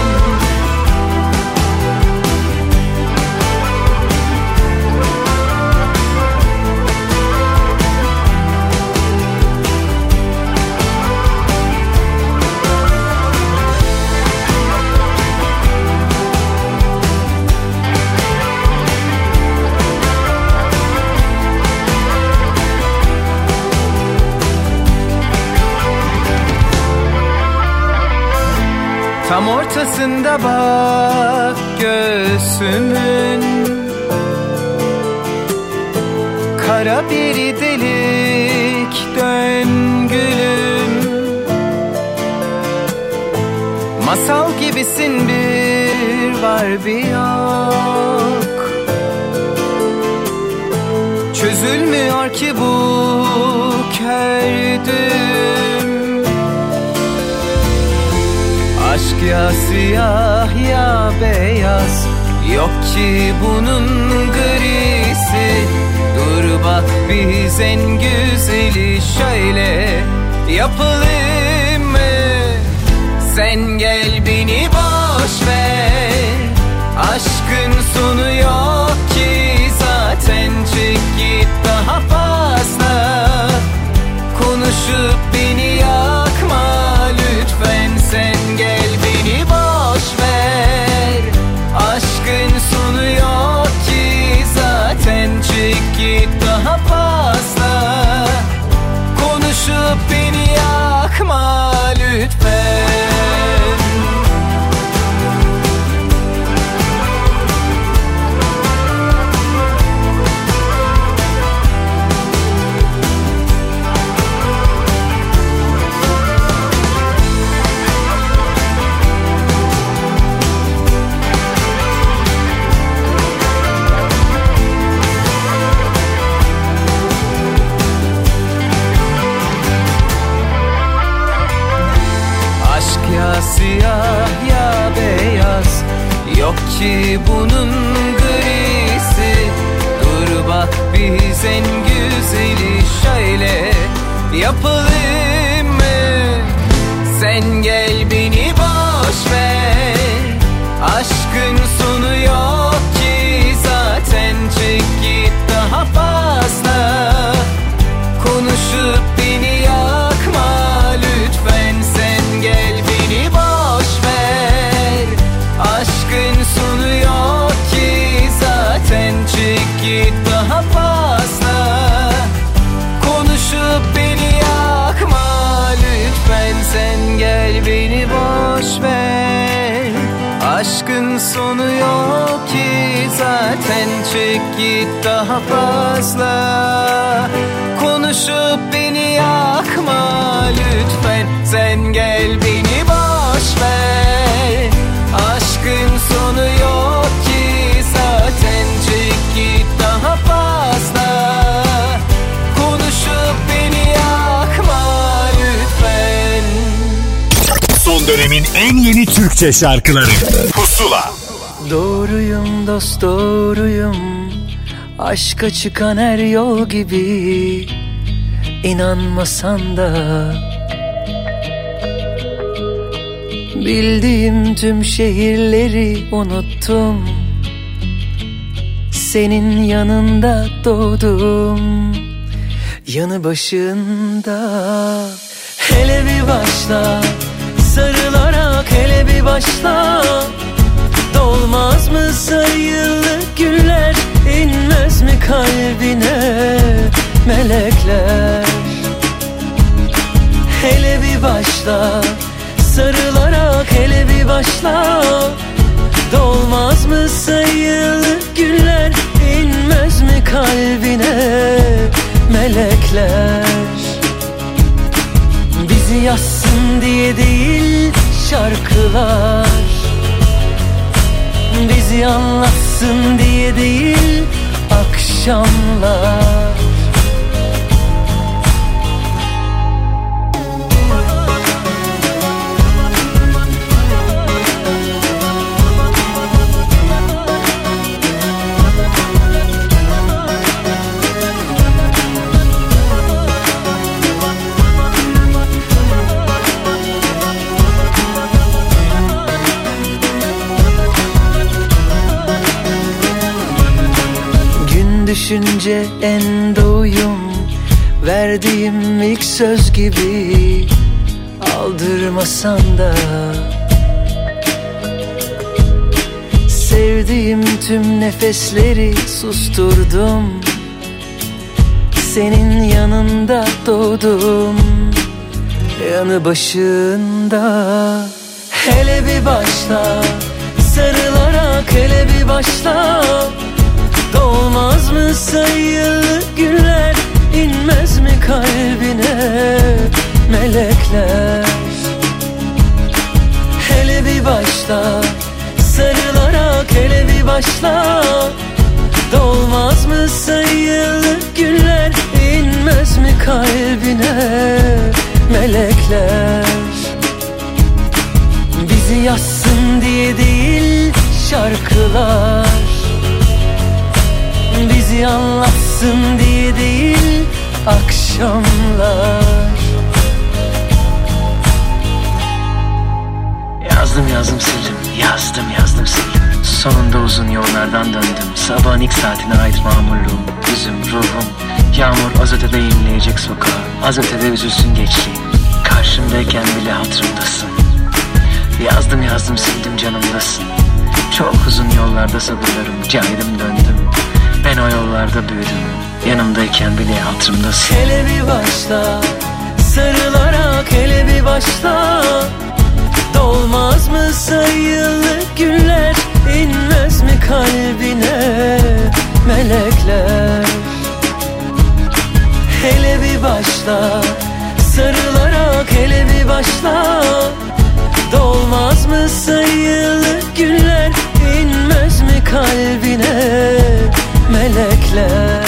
Speaker 5: Tam ortasında bak göğsümün, kara bir delik dön gülüm. Masal gibisin, bir var bir yok. Çözülmüyor ki bu kördüm. Aşk ya siyah ya beyaz, yok ki bunun grisi. Dur bak biz en güzeli şöyle yapalım mı? Sen gel beni boş ver. Aşkın sonu yok ki zaten, çek git daha fazla. Konuşup beni yakma lütfen. Sen gel beni boş ver. Aşkın sonu yok ki zaten, çek git daha fazla. Konuşup beni yakma lütfen. ki bunun grisi. Dur bak biz en güzeli şöyle yapalım mı? Sen gel beni boş ver. Aşkın sonu yok ki zaten, çek git daha fazla. Konuşup beni yakma lütfen, sen gel beni boş ver. Aşkın sonu yok ki zaten, çek git daha fazla. Konuşup beni yakma lütfen, sen gel beni boş ver. Aşkın sonu yok ki zaten, çek git daha fazla. Konuşup beni yakma lütfen, sen gel beni boş ver. Aşkın sonu yok ki zaten, çek git daha fazla. Konuşup beni yakma lütfen.
Speaker 1: Son dönemin en yeni Türkçe şarkıları Pusula.
Speaker 5: Doğruyum dost doğruyum, aşka çıkan her yol gibi. İnanmasan da bildiğim tüm şehirleri unuttum. Senin yanında doğdum, yanı başında. Hele bir başla, sarılarak hele bir başla. Dolmaz mı sayılı güller, inmez mi kalbine melekler? Hele bir başla, sarılarak hele bir başla. Dolmaz mı sayılı güller, inmez mi kalbine melekler? Bizi yazsın diye değil şarkılar, bizi anlatsın diye değil akşamlar. Düşünce en doğuyum, verdiğim ilk söz gibi. Aldırmasan da sevdiğim tüm nefesleri susturdum. Senin yanında doğdum, yanı başında. Hele bir başla, sarılarak hele bir başla. Dolmaz mı sayılı günler, inmez mi kalbine melekler? Hele bir başla, sarılarak hele bir başla. Dolmaz mı sayılı günler, inmez mi kalbine melekler? Bizi yazsın diye değil şarkılar, bizi anlatsın diye değil akşamlar. Yazdım yazdım sildim, yazdım yazdım sildim. Sonunda uzun yollardan döndüm. Sabahın ilk saatine ait mamurluğum, yüzüm, ruhum. Yağmur az ötede inleyecek sokağa, az ötede üzülsün gençliğim. Karşımdayken bile hatırımdasın. Yazdım yazdım sildim canımdasın. Çok uzun yollarda sabırlarım, caydım döndüm. Ben o yollarda büyüdüm, yanımdayken bile hatırımdasın. Hele bir başla, sarılarak hele bir başla. Dolmaz mı sayılı günler, inmez mi kalbine melekler? Hele bir başla, sarılarak hele bir başla. Dolmaz mı sayılı günler, inmez mi kalbine melekler?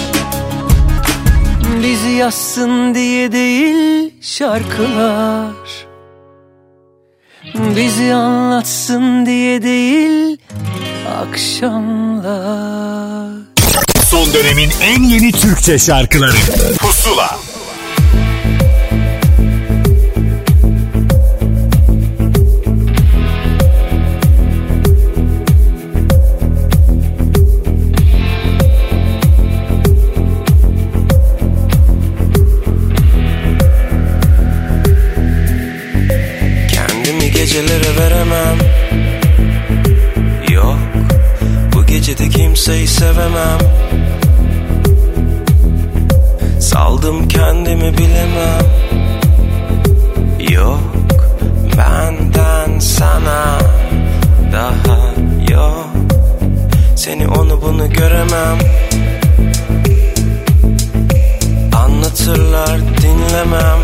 Speaker 5: Bizi yazsın diye değil şarkılar, bizi anlatsın diye değil akşamlar.
Speaker 1: Son dönemin en yeni Türkçe şarkıları Pusula.
Speaker 5: Gecelere veremem. Yok, bu gecede kimseyi sevemem. Saldım kendimi bilemem. Yok, benden sana daha yok. Seni onu bunu göremem. Anlatırlar dinlemem.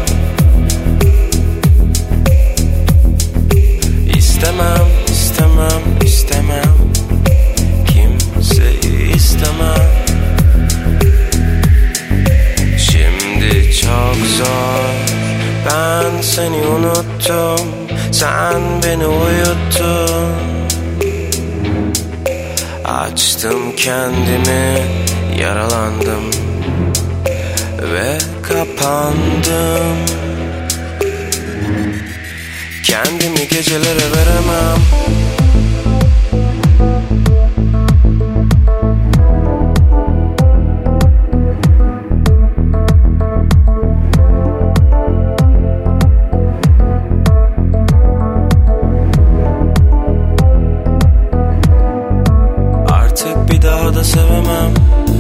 Speaker 5: İstemem, istemem, istemem. Kimseyi istemem. Şimdi çok zor. Ben seni unuttum. Sen beni uyuttun. Açtım kendimi, yaralandım ve kapandım. Kendimi gecelere veremem. Artık bir daha da sevemem.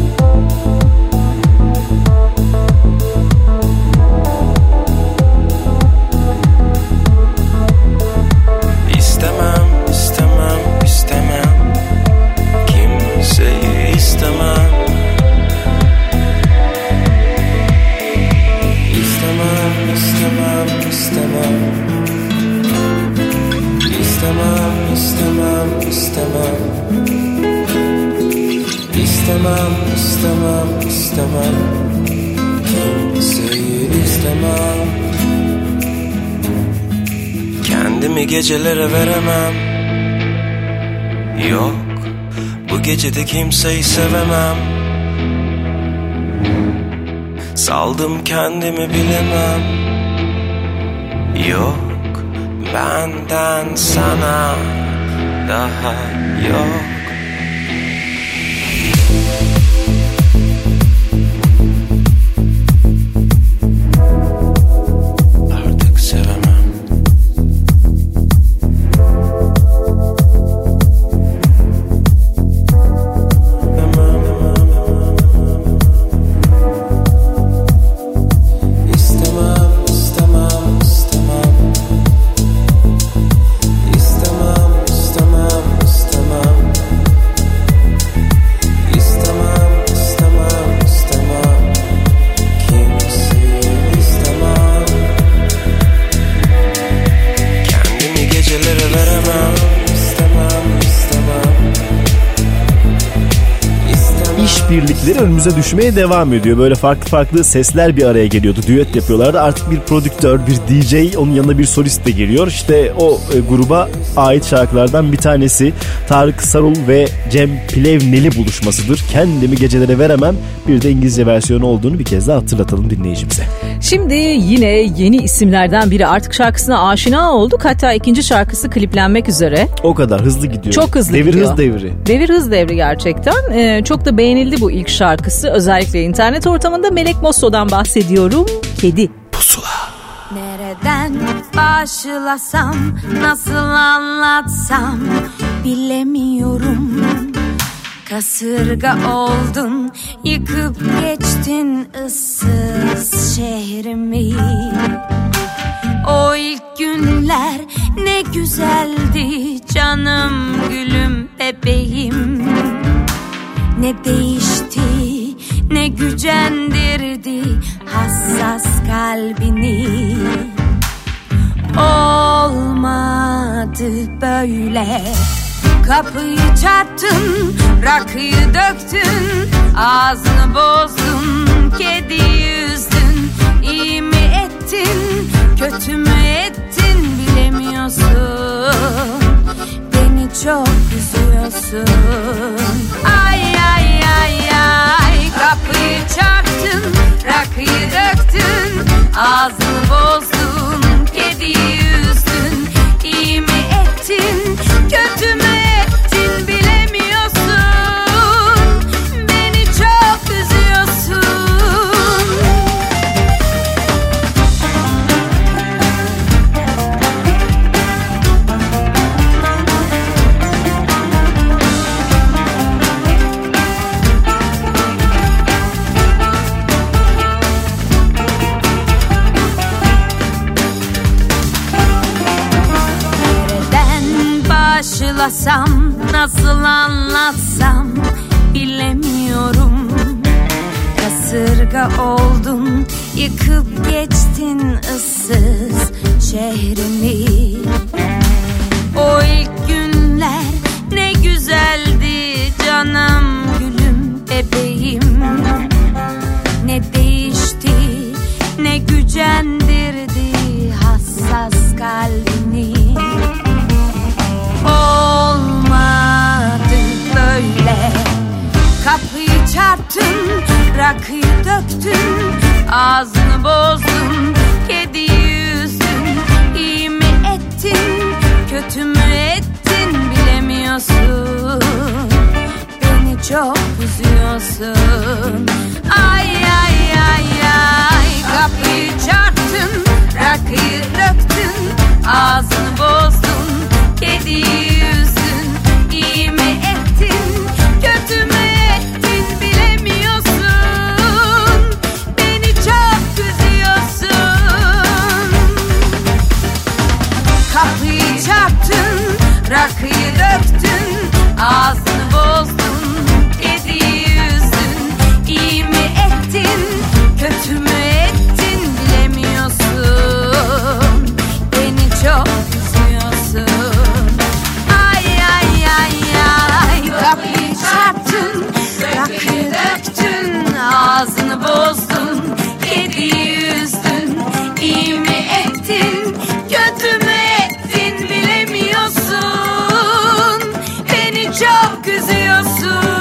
Speaker 5: İstemem, istemem, istemem. Kimseyi istemem. İstemem, istemem, istemem. İstemem, istemem, istemem. İstemem, istemem, istemem. Kimseyi istemem. Kendimi gecelere veremem. Yok, bu gecede kimseyi sevemem. Saldım kendimi bilemem. Yok, benden sana daha yok. Artık sevemem.
Speaker 4: birlikleri önümüze düşmeye devam ediyor. Böyle farklı farklı sesler bir araya geliyordu. Düet yapıyorlardı. Artık bir prodüktör, bir D J, onun yanına bir solist de geliyor. İşte o e, gruba ait şarkılardan bir tanesi Tarık Sarul ve Cem Plevneli buluşmasıdır. Kendimi gecelere veremem. Bir de İngilizce versiyonu olduğunu bir kez daha hatırlatalım dinleyicimize.
Speaker 3: Şimdi yine yeni isimlerden biri, artık şarkısına aşina olduk. Hatta ikinci şarkısı kliplenmek üzere.
Speaker 4: O kadar hızlı gidiyor.
Speaker 3: Çok hızlı
Speaker 4: Devir
Speaker 3: gidiyor.
Speaker 4: hız devri.
Speaker 3: Devir hız devri gerçekten. Ee, çok da beğenildi bu ilk şarkısı. Özellikle internet ortamında. Melek Mosso'dan bahsediyorum. Kedi.
Speaker 4: Pusula.
Speaker 9: Nereden başlasam, nasıl anlatsam bilemiyorum. Kasırga oldun, yıkıp geçtin ıssız şehrimi. O ilk günler ne güzeldi canım, gülüm, bebeğim. Ne değişti, ne gücendirdi hassas kalbini. Olmadı böyle. Kapıyı çarptın, rakıyı döktün, ağzını bozdun, kediyi üzdün. İyi mi ettin, kötü mü ettin bilemiyorsun.
Speaker 2: bilemiyorsun. Beni çok üzüyorsun. Ay ay ay ay, kapıyı çarptın, rakıyı döktün, ağzını bozdun, kediyi üzdün. İyi mi ettin, kötü mü ettin bilemiyorsun. Beni çok üzüyorsun. Başlasam, nasıl anlatsam bilemiyorum. Kasırga oldun, yıkıp geçtin ıssız şehrimi. O ilk günler ne güzeldi canım, gülüm, bebeğim. Ne değişti, ne gücendirdi hassas kalbini. Olmadı böyle. Kapıyı çarptın, rakıyı döktün, ağzını bozdun, kediyi üzdün. İyi mi ettin, kötü mü ettin bilemiyorsun. Beni çok üzüyorsun. Ay ay ay ay, kapıyı çarptın, rakıyı döktün, ağzını bozdun, kediyi üzdün. İyi mi ettin, kötü mü ettin bilemiyorsun. Beni çok üzüyorsun. Kapıyı çarptın, rakıyı döktün, ağzını bozdun, kediyi üzdün. İyi mi ettin, kötü mü ettin bilemiyorsun. Beni çok üzüyorsun. Kapıyı çarptın, rakıyı döktün, ağzını bozdun, kediyi üzdün. İyi mi ettin, kötü mü ettin bilemiyorsun. Beni çok üzüyorsun.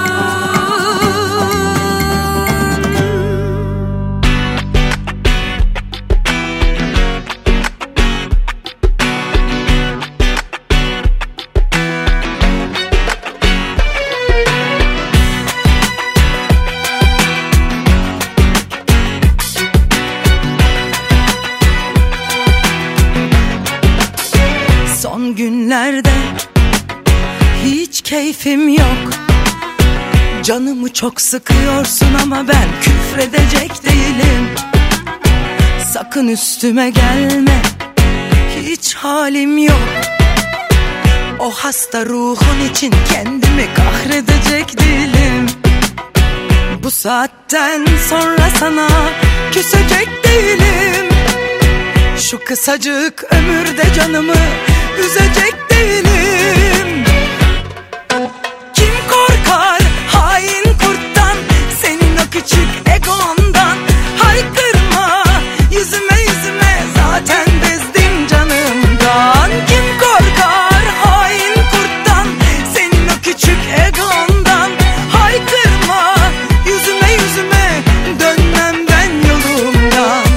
Speaker 10: Son günlerde hiç keyfim yok. Canımı çok sıkıyorsun ama ben küfredecek değilim. Sakın üstüme gelme, hiç halim yok. O hasta ruhun için kendimi kahredecek değilim. Bu saatten sonra sana küsecek değilim. Şu kısacık ömürde canımı üzecek değilim. Kim korkar hain kurttan, senin o küçük egondan. Haykırma yüzüme yüzüme, zaten bezdim canımdan. Kim korkar hain kurttan, senin o küçük egondan. Haykırma yüzüme yüzüme, dönmem ben yolumdan.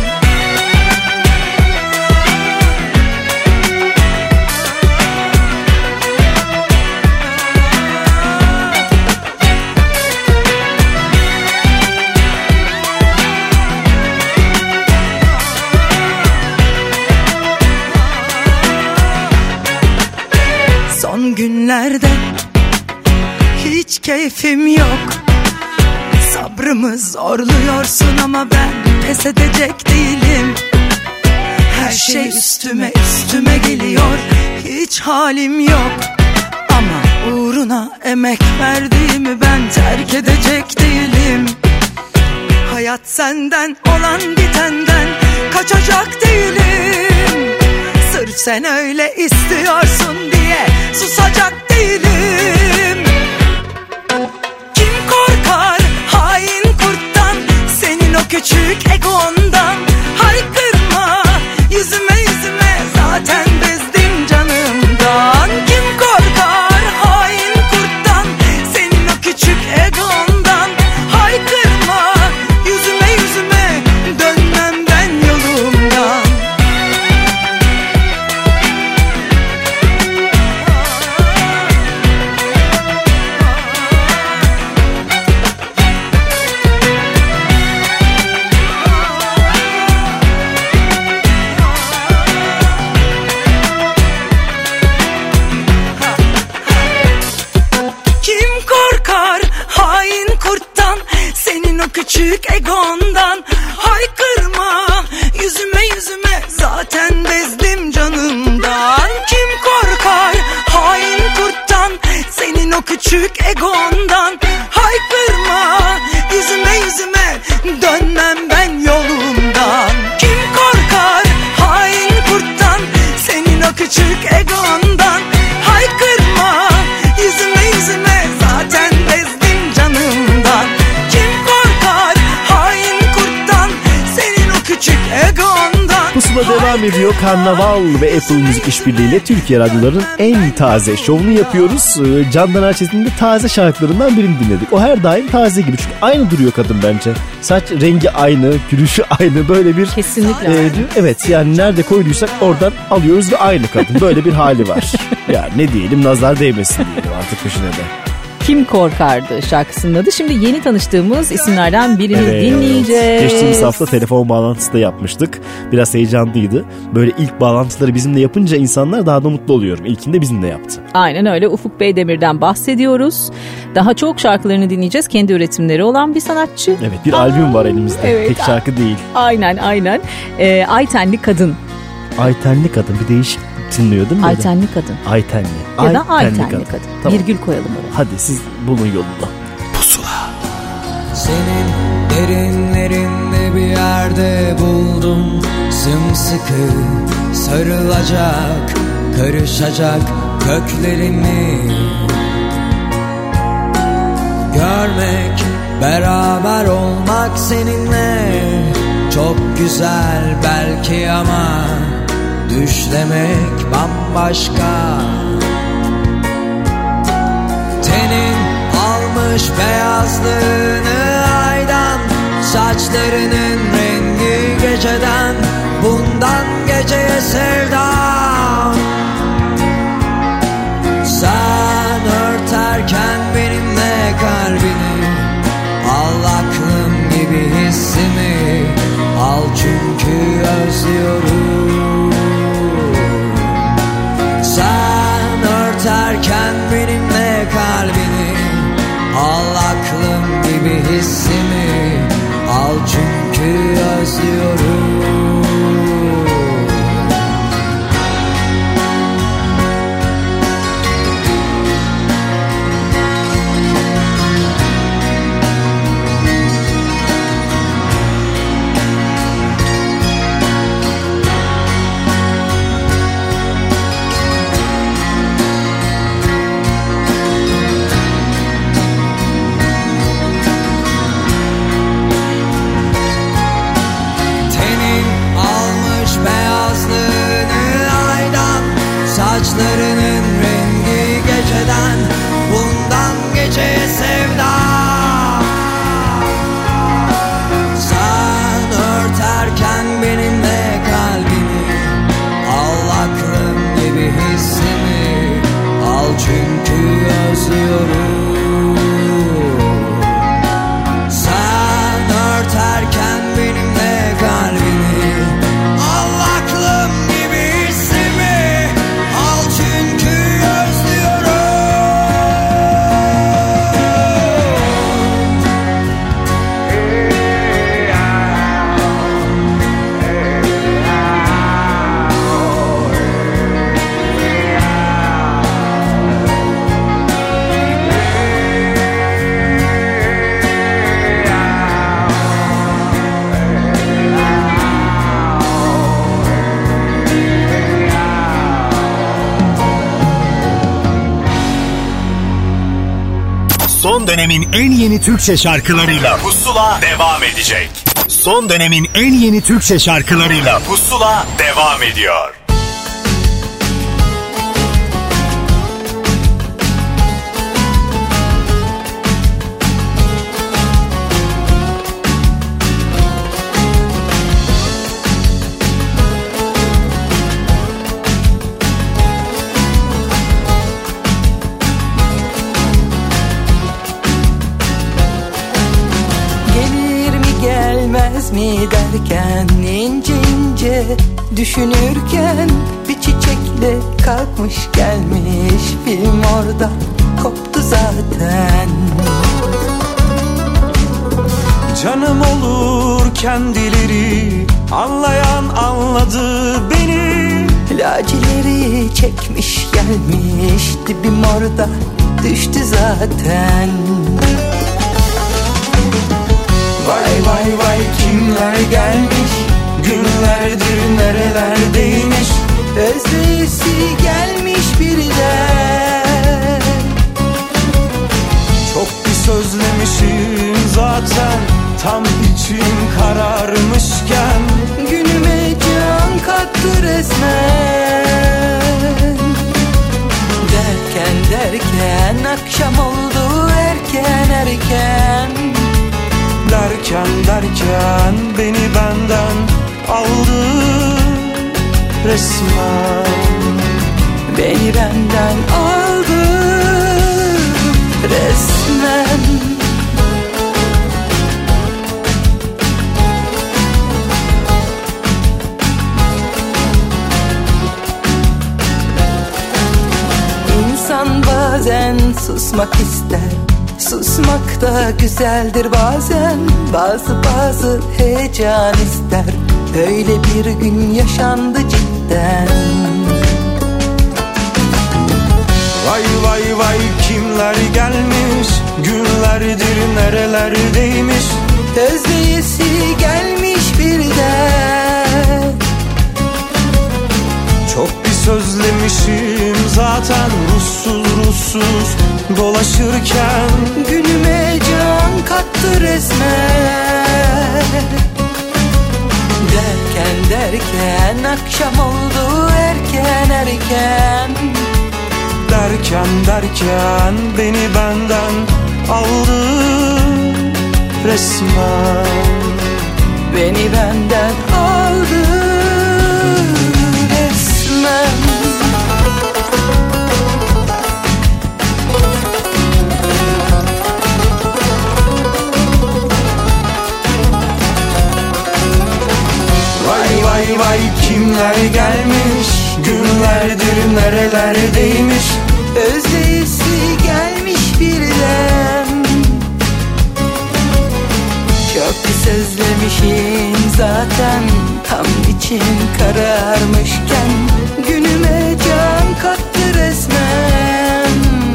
Speaker 10: Son günlerde hiç keyfim yok. Sabrımı zorluyorsun ama ben pes edecek değilim. Her şey üstüme üstüme geliyor, hiç halim yok. Ama uğruna emek verdiğimi ben terk edecek değilim. Hayat senden olan bitenden kaçacak değilim. Sırf sen öyle istiyorsun diye susacak değilim. Kim korkar hain kurttan, senin o küçük egondan. Haykırma yüzüme yüzüme, zaten bezdim canım. küçük egondan. Haykırma yüzüme yüzüme, zaten bezdim canımdan. Kim korkar hain kurttan, senin o küçük egondan. Haykırma yüzüme yüzüme, dönmem ben yolumdan. Kim korkar hain kurttan, senin o küçük egondan. Haykırma yüzüme yüzüme, zaten bezdim canımdan. Kim korkar hain kurttan, senin o küçük egondan.
Speaker 4: Pusula devam ediyor. Karnaval ve Apple Müzik işbirliğiyle Türkiye radyolarının en taze şovunu yapıyoruz. Candan Erçetin'in de taze şarkılarından birini dinledik. O her daim taze gibi, çünkü aynı duruyor kadın bence. Saç rengi aynı, gülüşü aynı, böyle bir...
Speaker 3: Kesinlikle
Speaker 4: e,
Speaker 3: aynı.
Speaker 4: Evet, yani nerede koyduysak oradan alıyoruz ve aynı kadın. Böyle bir hali var. Ya ne diyelim, nazar değmesin diyelim artık peşine de.
Speaker 3: Kim Korkardı şarkısının adı. Şimdi yeni tanıştığımız isimlerden birini
Speaker 4: Evet.
Speaker 3: dinleyeceğiz.
Speaker 4: Geçtiğimiz hafta telefon bağlantısı da yapmıştık. Biraz heyecanlıydı. Böyle ilk bağlantıları bizimle yapınca insanlar daha da mutlu oluyorum. İlkini de bizimle yaptı.
Speaker 3: Aynen öyle. Ufuk Beydemir'den bahsediyoruz. Daha çok şarkılarını dinleyeceğiz. Kendi üretimleri olan bir sanatçı.
Speaker 4: Evet, bir Aa, albüm var elimizde.
Speaker 3: Evet.
Speaker 4: Tek şarkı değil.
Speaker 3: Aynen aynen. Ee, Aytenli Kadın.
Speaker 4: Aytenli Kadın, bir değişik tınlıyor değil mi?
Speaker 3: Aytenli Kadın.
Speaker 4: Aytenli.
Speaker 3: Ya da Aytenli Kadın. kadın.
Speaker 4: Tamam.
Speaker 3: Virgül koyalım oraya.
Speaker 4: Hadi siz bulun yolunda. Pusula.
Speaker 11: Senin derinlerinde bir yerde buldum, sımsıkı sarılacak, karışacak köklerimi. Görmek, beraber olmak seninle çok güzel belki, ama düşlemek bambaşka. Tenin almış beyazlığını aydan, saçlarının rengi geceden, bundan geceye sevdam. Sen örterken benimle kalbini, al aklım gibi hissimi, al çünkü özlüyorum. Sen örterken benimle kalbini, al aklım gibi hissimi, al çünkü özlüyorum. Saçlarının rengi geceden, bundan geceye sevda. Sen örterken benimle kalbini, al aklım gibi hissimi, al çünkü özlüyorum. Sen örterken benimle kalbini, al aklım gibi hissimi, al çünkü özlüyorum.
Speaker 1: Son dönemin en yeni Türkçe şarkılarıyla Pusula devam edecek. Son dönemin en yeni Türkçe şarkılarıyla Pusula devam ediyor.
Speaker 10: Mi derken, ince ince düşünürken, bir çiçekle kalkmış gelmiş, film orada koptu zaten.
Speaker 6: canım olur kendileri. Anlayan anladı beni.
Speaker 10: Lacileri çekmiş gelmiş, dibim orada düştü zaten.
Speaker 6: Vay vay vay kimler gelmiş, günlerdir nerelerdeymiş.
Speaker 10: Özleyisi gelmiş birden.
Speaker 6: Çok bir sözlemişim zaten, tam içim kararmışken.
Speaker 10: Günüme can kattı resmen. Derken derken akşam oldu erken erken.
Speaker 6: Derken derken beni benden aldı resmen.
Speaker 10: Beni benden aldı resmen. İnsan bazen susmak ister, susmak da güzeldir bazen. Bazı bazı heyecan ister, öyle bir gün yaşandı cidden.
Speaker 6: Vay vay vay kimler gelmiş, günlerdir nerelerdeymiş.
Speaker 10: Özleyesi gelmiş birden.
Speaker 6: Çok bir sözlemişim zaten, ruhsuz ruhsuz dolaşırken.
Speaker 10: Günüme can kattı resmen. Derken derken akşam oldu erken erken.
Speaker 6: Derken derken beni benden aldı resmen.
Speaker 10: Beni benden aldı resmen.
Speaker 6: Vay vay vay kimler gelmiş, günlerdir nerelerdeymiş.
Speaker 10: Özleyisi gelmiş birden. Çok bir sözlemişim zaten, tam içim kararmışken. Günüme can kattı resmen.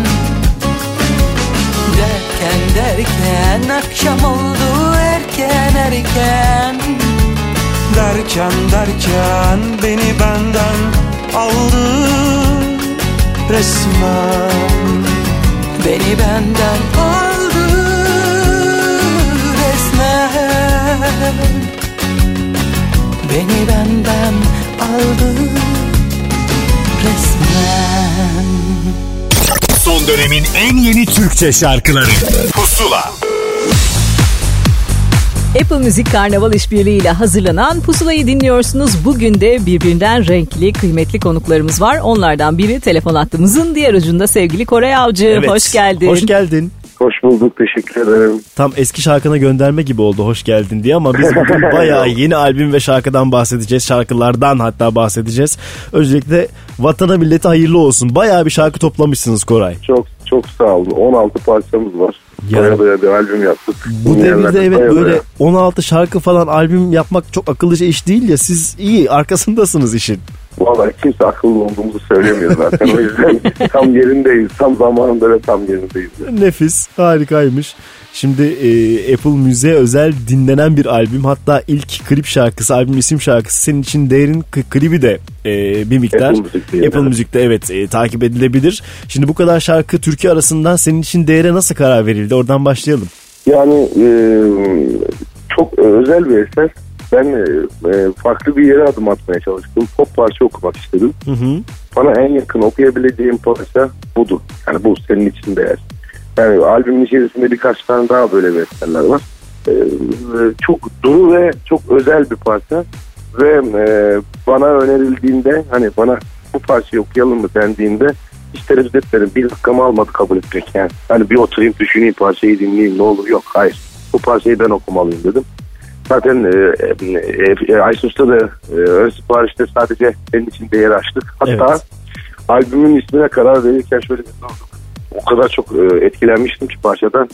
Speaker 10: Derken derken akşam oldu erken erken.
Speaker 6: Derken derken beni benden aldı resmen.
Speaker 10: Beni benden aldı resmen. Beni benden aldı resmen.
Speaker 1: Son dönemin en yeni Türkçe şarkıları Pusula.
Speaker 3: Apple Müzik Karnaval işbirliğiyle hazırlanan Pusula'yı dinliyorsunuz. Bugün de birbirinden renkli, kıymetli konuklarımız var. Onlardan biri telefon hattımızın diğer ucunda sevgili Koray Avcı.
Speaker 4: Evet.
Speaker 3: Hoş geldin.
Speaker 4: Hoş geldin.
Speaker 12: Hoş bulduk, teşekkür ederim.
Speaker 4: Tam eski şarkına gönderme gibi oldu hoş geldin diye ama biz bugün bayağı yeni albüm ve şarkıdan bahsedeceğiz. Şarkılardan hatta bahsedeceğiz. Öncelikle vatana millete hayırlı olsun. Bayağı bir şarkı toplamışsınız Koray.
Speaker 12: Çok çok sağ olun. on altı parçamız var.
Speaker 4: Yani,
Speaker 12: Baya bir albüm yaptık.
Speaker 4: Bu devirde evet
Speaker 12: baya
Speaker 4: böyle
Speaker 12: baya.
Speaker 4: on altı şarkı falan albüm yapmak çok akıllıca iş değil ya. Siz iyi arkasındasınız işin.
Speaker 12: Vallahi kimse akıllı olduğumuzu söylemiyor zaten. O yüzden tam yerindeyiz. Tam zamanında ve tam yerindeyiz. Yani.
Speaker 4: Nefis, harikaymış. Şimdi e, Apple Müziğe özel dinlenen bir albüm. Hatta ilk klip şarkısı, albüm isim şarkısı Senin için Değer'in k- klibi de e, bir miktar
Speaker 12: Apple Müzik'te,
Speaker 4: Apple
Speaker 12: yani.
Speaker 4: Müzik'te evet e, takip edilebilir. Şimdi bu kadar şarkı Türkiye arasından Senin için Değer'e nasıl karar verildi? Oradan başlayalım.
Speaker 12: Yani e, çok özel bir eser. Ben e, farklı bir yere adım atmaya çalıştım. Pop parça okumak istedim.
Speaker 4: Hı hı.
Speaker 12: Bana en yakın okuyabileceğim parça budur. Yani bu Senin için Değer. Yani albümün içerisinde birkaç tane daha böyle bir eserler var. Ee, çok duru ve çok özel bir parça. Ve e, bana önerildiğinde, hani bana bu parçayı okuyalım mı dendiğinde hiç tereddüt etmedim. Bir dakikamı almadı kabul etmek yani. Hani bir oturayım, düşüneyim, parçayı dinleyeyim, ne olur. Yok, hayır. Bu parçayı ben okumalıyım dedim. Zaten e, e, e, Aysus'ta da e, ön siparişte sadece Senin için Değer açtık. Hatta evet. Albümün ismine karar verirken şöyle bir olduk. O kadar çok e, etkilenmiştim ki parçadan.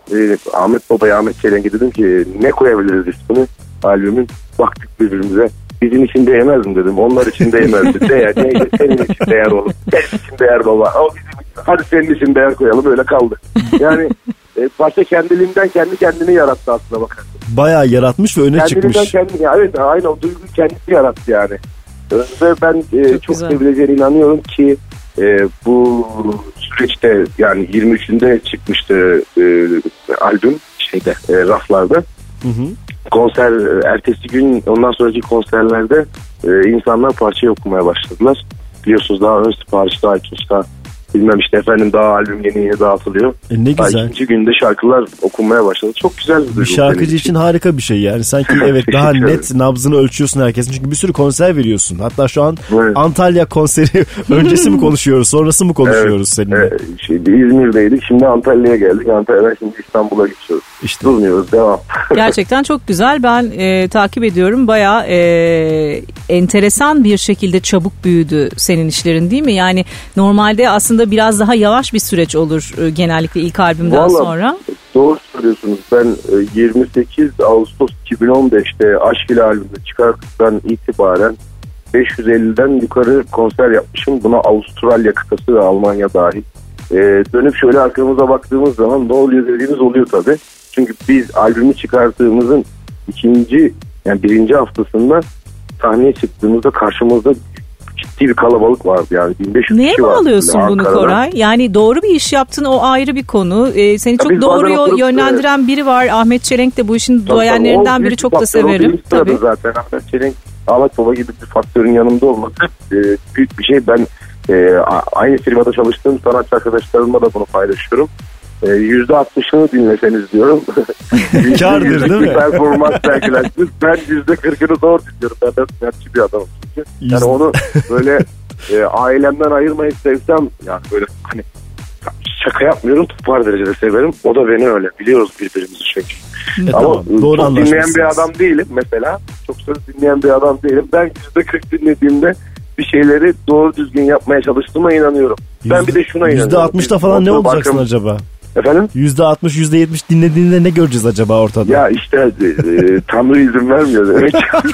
Speaker 12: e, Ahmet Baba'ya, Ahmet Çelenk'e dedim ki ne koyabiliriz ismini albümün. Baktık birbirimize. Bizim için değmez mi dedim. Onlar için değmezdi. Değer. Neydi? Senin için değer oğlum. Senin için değer baba. O bizim için. Hadi senin için değer koyalım. Öyle kaldı. Yani e, parça kendiliğinden kendi kendini yarattı aslında bakarsın.
Speaker 4: Bayağı yaratmış ve öne
Speaker 12: kendiliğinden
Speaker 4: çıkmış.
Speaker 12: Kendini, evet aynı o duyguyu kendisi yarattı yani. Ve ben e, çok, çok sevileceğine inanıyorum ki e, bu süreçte yani yirmi üçünde çıkmıştı e, albüm şeyde e, raflarda.
Speaker 4: Hı hı.
Speaker 12: Konser ertesi gün ondan sonraki konserlerde e, insanlar parçayı okumaya başladılar. Biliyorsunuz daha ön siparişte iTunes'ta bilmem işte efendim daha albüm yeni yeni dağıtılıyor.
Speaker 4: E ne güzel.
Speaker 12: İkinci günde şarkılar okunmaya başladı. Çok güzel bir duygu.
Speaker 4: Bir şarkıcı için harika bir şey yani. Sanki evet daha net nabzını ölçüyorsun herkesin. Çünkü bir sürü konser veriyorsun. Hatta şu an evet. Antalya konseri öncesi mi konuşuyoruz, sonrası mı konuşuyoruz evet, seninle?
Speaker 12: Evet. Şimdi İzmir'deydik. Şimdi Antalya'ya geldik. Antalya'dan şimdi İstanbul'a geçiyoruz.
Speaker 4: İşte.
Speaker 12: Durmuyoruz. Devam.
Speaker 3: Gerçekten çok güzel. Ben e, takip ediyorum. Bayağı e, enteresan bir şekilde çabuk büyüdü senin işlerin değil mi? Yani normalde aslında biraz daha yavaş bir süreç olur e, genellikle ilk albümden
Speaker 12: Vallahi,
Speaker 3: sonra.
Speaker 12: Doğru söylüyorsunuz. Ben e, yirmi sekiz Ağustos iki bin on beşte Aşk ile albümü çıkarttıktan itibaren beş yüz elliden yukarı konser yapmışım. Buna Avustralya kıtası ve Almanya dahil. E, dönüp şöyle arkamıza baktığımız zaman ne oluyor dediğimiz oluyor tabii. Çünkü biz albümü çıkarttığımızın ikinci yani birinci haftasında sahneye çıktığımızda karşımızda ciddi bir kalabalık vardı yani. bin beş yüz
Speaker 3: Neye
Speaker 12: kişi vardı.
Speaker 3: Neye bağlıyorsun bunu Koray? Yani doğru bir iş yaptın, o ayrı bir konu. Ee, seni çok doğru yol, yönlendiren biri var. Ahmet Çelenk de bu işin duayenlerinden biri, çok da severim.
Speaker 12: Tabii. Zaten Ahmet Çelenk, Ahmet Baba gibi bir faktörün yanımda olması e, büyük bir şey. Ben e, aynı firmada çalıştığım sanatçı arkadaşlarımla da bunu paylaşıyorum. yüzde altmışını dinleseniz diyorum.
Speaker 4: Kârdır değil mi?
Speaker 12: Performans sergilersiniz. Ben yüzde kırkını zor dinliyorum. Ben de sanatçı bir adamım çünkü. Yani onu böyle e, ailemden ayırmayı sevsem yani böyle hani şaka yapmıyorum, tutar derecede severim. O da beni öyle. Biliyoruz birbirimizi çünkü.
Speaker 4: E,
Speaker 12: Ama
Speaker 4: tamam, doğru
Speaker 12: çok dinleyen bir adam değilim mesela. Çok söz dinleyen bir adam değilim. Ben yüzde kırk dinlediğimde bir şeyleri doğru düzgün yapmaya çalıştığıma inanıyorum.
Speaker 4: yüzde,
Speaker 12: ben bir de şuna inanıyorum.
Speaker 4: yüzde altmışta falan ne olacaksın bakım, acaba?
Speaker 12: Efendim?
Speaker 4: yüzde altmış, yüzde yetmiş dinlediğinde ne göreceğiz acaba ortada?
Speaker 12: Ya işte e, Tanrı izin vermiyor demek.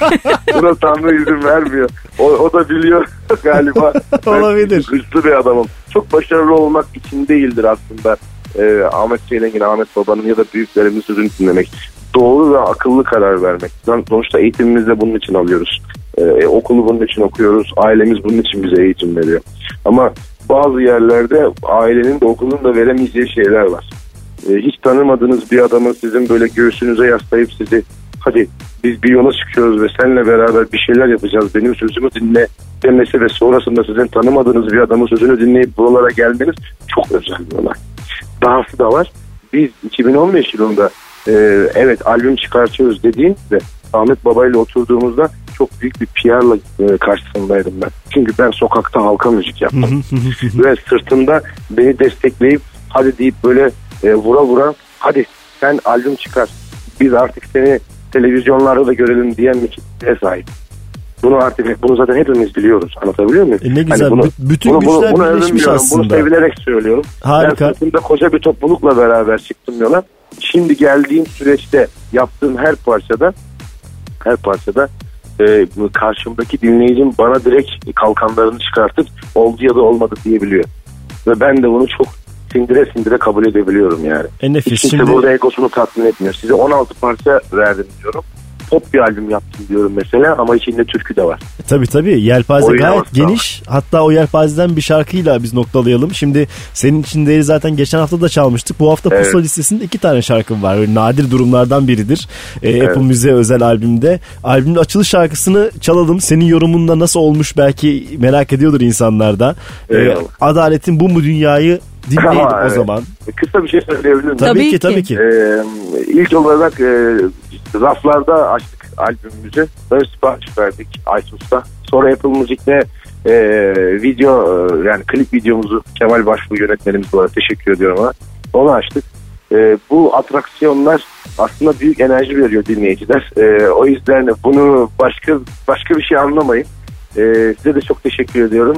Speaker 12: Buna Tanrı izin vermiyor. O, o da biliyor galiba.
Speaker 4: Olabilir.
Speaker 12: Hırslı bir adamım. Çok başarılı olmak için değildir aslında. E, Ahmet Çelenk'in, Ahmet Baba'nın ya da büyüklerimin sözünü dinlemek. Doğru ve akıllı karar vermek. Sonuçta eğitimimizi de bunun için alıyoruz. E, okulu bunun için okuyoruz. Ailemiz bunun için bize eğitim veriyor. Ama bazı yerlerde ailenin de okulun da veremeyeceği şeyler var. E, hiç tanımadığınız bir adamın sizin böyle göğsünüze yaslayıp sizi hadi biz bir yola çıkıyoruz ve seninle beraber bir şeyler yapacağız, benim sözümü dinle demesi ve sonrasında sizin tanımadığınız bir adamın sözünü dinleyip buralara gelmeniz çok özel bir olay. Dahası da var. Biz iki bin on beş yılında e, evet albüm çıkartıyoruz dediğimizde Ahmet Baba ile oturduğumuzda çok büyük bir P R'la e, karşısındaydım ben. Çünkü ben sokakta halka müzik yaptım. Ve sırtında beni destekleyip hadi deyip böyle e, vura vura hadi sen albüm çıkar. Biz artık seni televizyonlarda da görelim diyen bir kitleye sahip. Bunu artık bunu zaten hepimiz biliyoruz. Anlatabiliyor muyum?
Speaker 4: E ne güzel.
Speaker 12: Hani bunu,
Speaker 4: bütün
Speaker 12: bunu,
Speaker 4: güçler
Speaker 12: bunu,
Speaker 4: birleşmiş
Speaker 12: bunu
Speaker 4: aslında.
Speaker 12: Bunu sevilerek söylüyorum.
Speaker 4: Harika.
Speaker 12: Ben sırtımda koca bir toplulukla beraber çıktım yola. Şimdi geldiğim süreçte yaptığım her parçada her parçada e, karşımdaki dinleyicim bana direkt kalkanlarını çıkartıp oldu ya da olmadı diyebiliyor. Ve ben de bunu çok sindire sindire kabul edebiliyorum yani.
Speaker 4: En nefis.
Speaker 12: Hiç kimse
Speaker 4: Şimdi...
Speaker 12: burada egosunu tatmin etmiyor. Size on altı parça verdim diyorum. Pop bir albüm yaptım diyorum mesela ama içinde türkü de var.
Speaker 4: E, tabii tabii. Yelpaze
Speaker 12: Oyun
Speaker 4: gayet geniş. Var. Hatta o yelpazeden bir şarkıyla biz noktalayalım. Şimdi senin için de zaten geçen hafta da çalmıştık. Bu hafta evet. Pusula listesinde iki tane şarkım var. Böyle nadir durumlardan biridir. E, evet. Apple Müziğe özel albümde. Albümün açılış şarkısını çalalım. Senin yorumunla nasıl olmuş belki merak ediyordur insanlar da. E, Adaletin Bu Mu Dünyayı dinleyelim o evet. zaman.
Speaker 12: Kısa bir şey söyleyebilir miyim?
Speaker 4: Tabii, tabii ki. Tabii ki.
Speaker 12: Ee, ilk olarak e, raflarda açtık albümümüzü. Ön sipariş verdik iTunes'ta. Sonra Apple Müzik'te e, video e, yani klip videomuzu Kemal Başbuğ yönetmenimiz olarak teşekkür ediyorum ona. Onu açtık. E, bu atraksiyonlar aslında büyük enerji veriyor dinleyiciler. E, o yüzden bunu başka başka bir şey anlamayın. E, size de çok teşekkür ediyorum.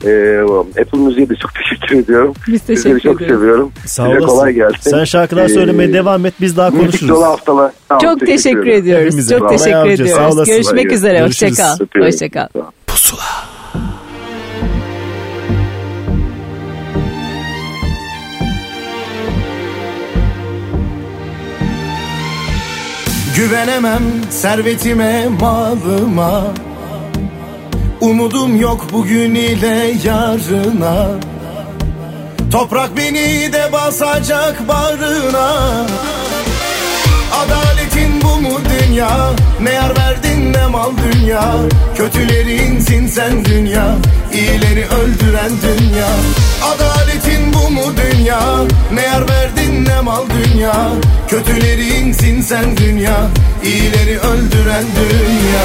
Speaker 12: Ee, Apple Müziğe de çok teşekkür ediyorum.
Speaker 3: Biz teşekkür
Speaker 12: Sizleri çok
Speaker 3: ediyoruz.
Speaker 12: seviyorum.
Speaker 4: Sağ
Speaker 12: Size
Speaker 4: olasın.
Speaker 12: kolay gelsin.
Speaker 4: Sen şarkılar söylemeye ee, devam et, biz daha konuşuruz.
Speaker 12: Müzik dolu haftalar. Tamam,
Speaker 3: çok teşekkür, teşekkür ediyoruz.
Speaker 4: Hepimize.
Speaker 3: Çok teşekkür
Speaker 4: Bayağı
Speaker 3: ediyoruz.
Speaker 4: olacağız.
Speaker 3: Görüşmek
Speaker 12: Bayağı.
Speaker 3: üzere. Hoşçakal. Hoşçakal.
Speaker 1: Pusula.
Speaker 6: Güvenemem servetime, malıma. Umudum yok bugün ile yarına. Toprak beni de basacak bağrına. Adaletin bu mu dünya? Ne yar verdin ne mal dünya. Kötülerinsin sen dünya, iyileri öldüren dünya. Adaletin bu mu dünya? Ne yar verdin ne mal dünya. Kötülerinsin sen dünya, iyileri öldüren dünya.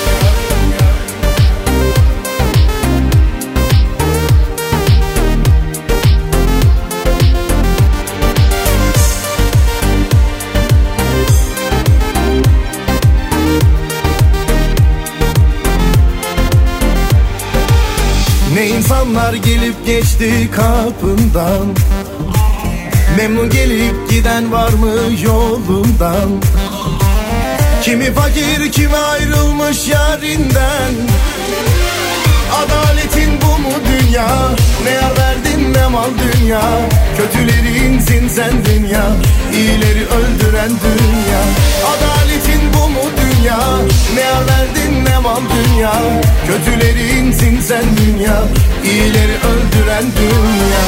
Speaker 6: Ne insanlar gelip geçti kapından. Memnun gelip giden var mı yolundan? Kimi fakir kimi ayrılmış yarinden. Adaletin bu mu dünya? Ne yar verdin ne mal dünya. Kötülerinsin sen dünya, iyileri öldüren dünya. Adaletin bu mu dünya? Ne yar verdin ne mal dünya. Kötülerinsin sen dünya, iyileri öldüren dünya.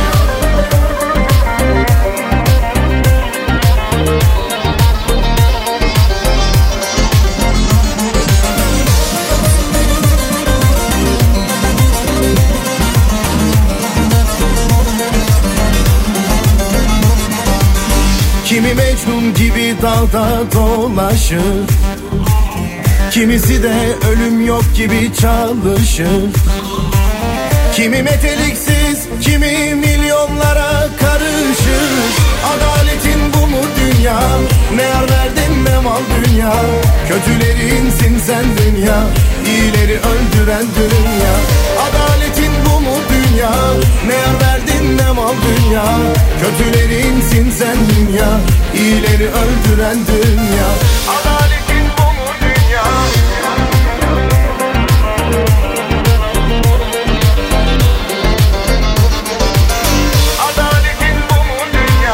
Speaker 6: Kimi Mecnun gibi dalda dolaşır, kimisi de ölüm yok gibi çalışır. Kimi meteliksiz, kimi milyonlara karışır. Adaletin bu mu dünya? Ne yar verdin ne mal dünya. Kötülerinsin sen dünya, iyileri öldüren dünya. Adaletin bu mu dünya? Ne yar verdin ne mal dünya. Kötülerinsin sen dünya, iyileri öldüren dünya. Adaletin bu mu dünya? Adaletin bu mu dünya?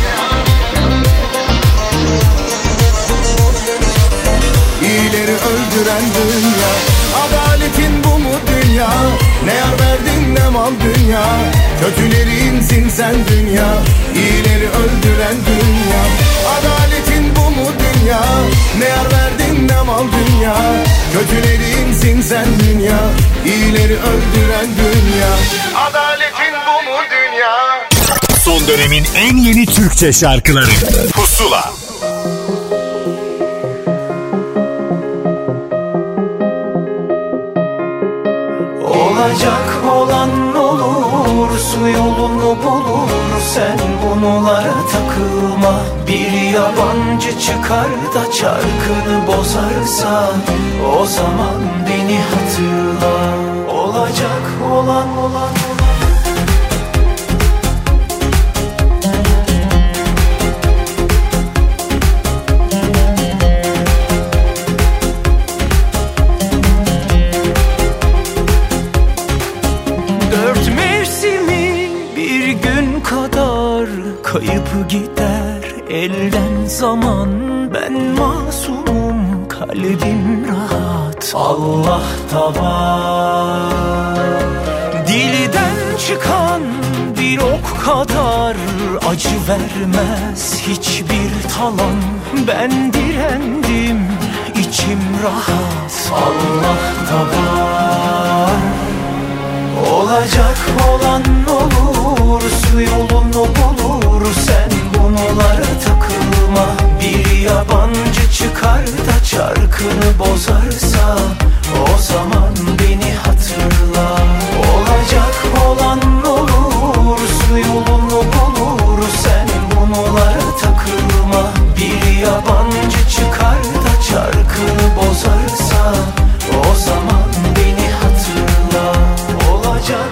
Speaker 6: İyileri öldüren dünya. Adaletin bu mu dünya? Ne yar verdin ne mal dünya. Kötülerinsin sen dünya, iyileri öldüren dünya. Adaletin bu mu dünya? Ne yar verdin ne mal dünya. Kötülerinsin sen dünya, iyileri öldüren dünya. Adaletin bu mu dünya?
Speaker 1: Son dönemin en yeni Türkçe şarkıları Pusula.
Speaker 6: Olacak olan olur, su yolunu bulur. Sen bunlara takılma. Bir yabancı çıkar da çarkını bozarsa, o zaman beni hatırla. Olacak olan olan kayıp gider elden zaman. Ben masumum, kalbim rahat. Allah da var. Dilden çıkan bir ok kadar acı vermez hiçbir talan. Ben direndim, içim rahat. Allah da var. Olacak olan olur, su yolunu bulur. Sen bunlara takılma. Bir yabancı çıkar da çarkını bozarsa, o zaman beni hatırla. Olacak olan olur, su yolunu bulur. Sen bunlara takılma. Bir yabancı çıkar da çarkını bozarsa, o zaman beni hatırla. Olacak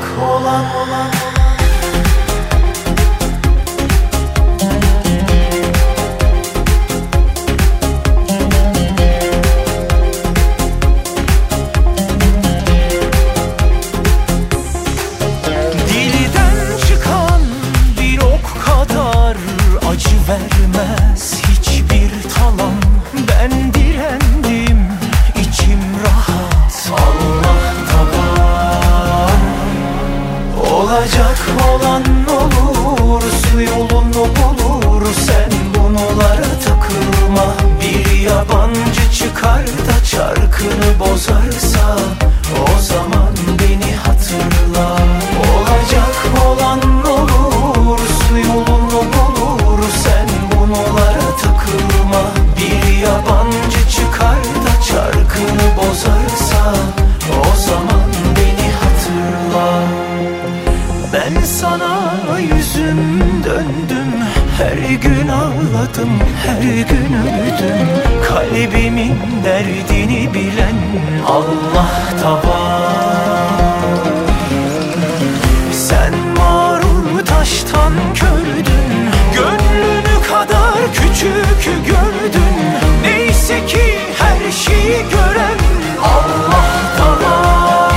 Speaker 13: çarkını bozarsa o zaman beni hatırla. Olacak olan olursa yolunu bulur, sen bunlara takılma. Bir yabancı çıkar da çarkını bozarsa o zaman beni hatırla. Ben sana yüzüm döndüm, her gün ağladım, her gün öldüm. Kalbimin derdini bilen Allah da var. Sen mağrur taştan kördün, gönlünü kadar küçük gördün. Neyse ki her şeyi gören Allah da var.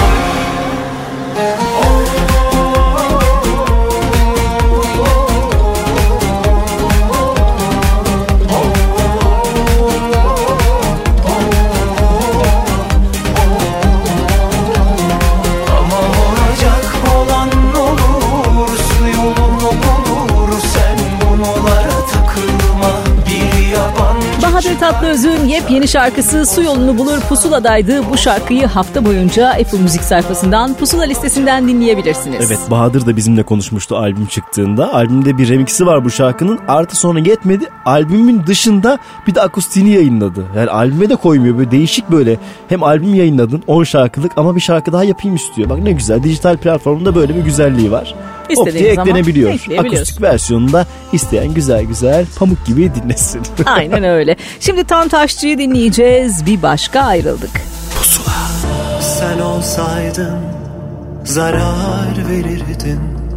Speaker 3: Bahadır Tatlıöz'ün yepyeni şarkısı Su Yolunu Bulur Pusula'daydı. Bu şarkıyı hafta boyunca Apple Müzik sayfasından, Pusula listesinden dinleyebilirsiniz.
Speaker 4: Evet, Bahadır da bizimle konuşmuştu albüm çıktığında. Albümde bir remixi var bu şarkının. Artı sonra yetmedi. Albümün dışında bir de akustiğini yayınladı. Yani albüme de koymuyor. Böyle değişik böyle. Hem albüm yayınladın on şarkılık ama bir şarkı daha yapayım istiyor. Bak ne güzel. Dijital platformda böyle bir güzelliği var. Hop diye eklenebiliyor. Akustik versiyonunda isteyen güzel güzel pamuk gibi dinlesin.
Speaker 3: Aynen öyle. Şimdi Tan Taşçı'yı dinleyeceğiz. Bir başka ayrıldık.
Speaker 8: Pusula. Sen olsaydın zarar verirdin.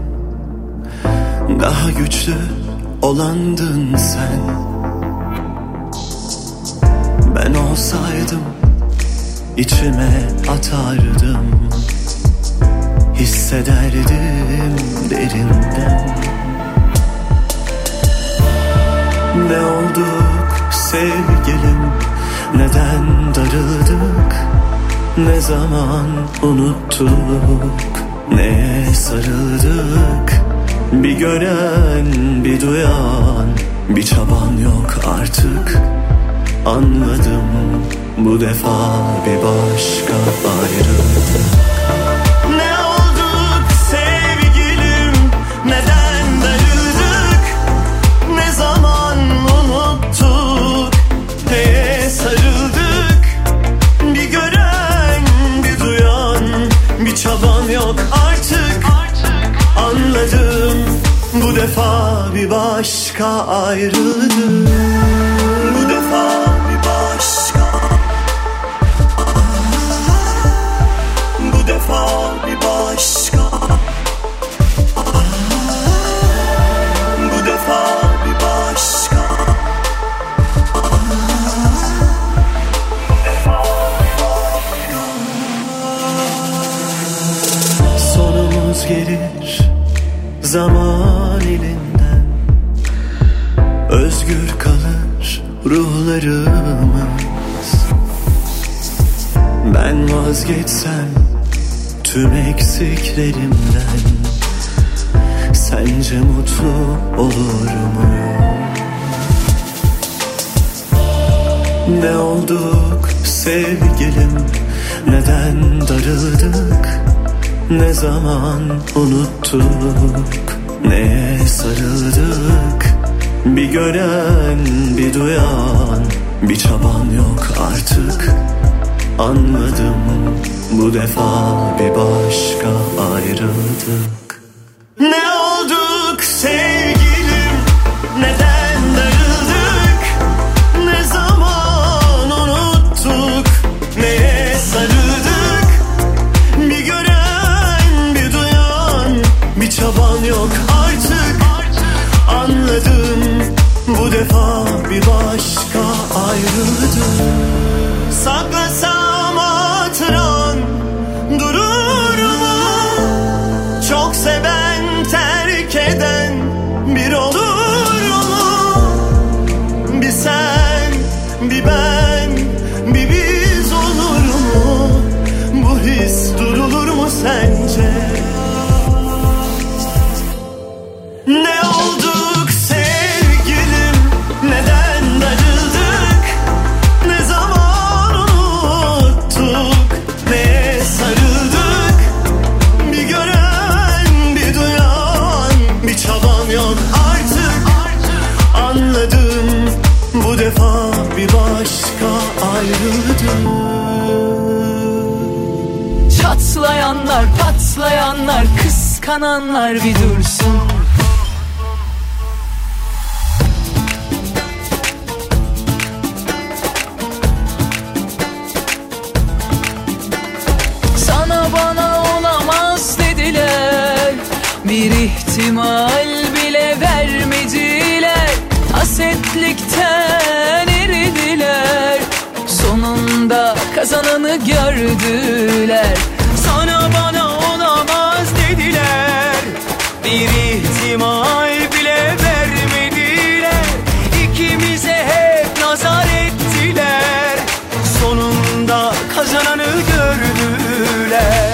Speaker 8: Daha güçlü olandın sen. Ben olsaydım içime atardım. Hissederdim derinden. Ne olduk sevgilim, neden darıldık, ne zaman unuttuk, neye sarıldık. Bir gören bir duyan, bir çaban yok artık. Anladım bu defa bir başka ayrılık. Neden darıldık, ne zaman unuttuk, neye sarıldık. Bir gören, bir duyan, bir çaban yok artık. Anladım bu defa bir başka ayrıldık. Bu defa bir başka. Bu defa bir başka. Sonumuz gelir zaman elinden, özgür kalır ruhlarımız. Ben vazgeçsem tüm eksiklerimden, sence mutlu olur muyum? Ne olduk sevgilim, neden darıldık, ne zaman unuttuk, neye sarıldık. Bir gören, bir duyan, bir çaban yok artık. Anladım bu defa bir başka ayrıldık. Ne olduk sevgilim, neden darıldık, ne zaman unuttuk, neye sarıldık. Bir gören, bir duyan, bir çaban yok artık. Anladım bu defa bir başka ayrıldık. Saklasam hatıran durur mu? Çok seven terk eden bir olur mu? Bir sen, bir ben, bir biz olur mu? Bu his durulur mu sence? Ne olduk sevgilim, neden darıldık, ne zaman unuttuk,
Speaker 13: ayrıldı. Çatlayanlar, patlayanlar, kıskananlar bir dursun. Sana bana olamaz dediler, bir ihtimal bile vermediler. Hasetlikten eridiler, sonunda kazananı gördüler. Sana bana olamaz dediler, bir ihtimal bile vermediler. İkimize hep nazar ettiler, sonunda kazananı gördüler.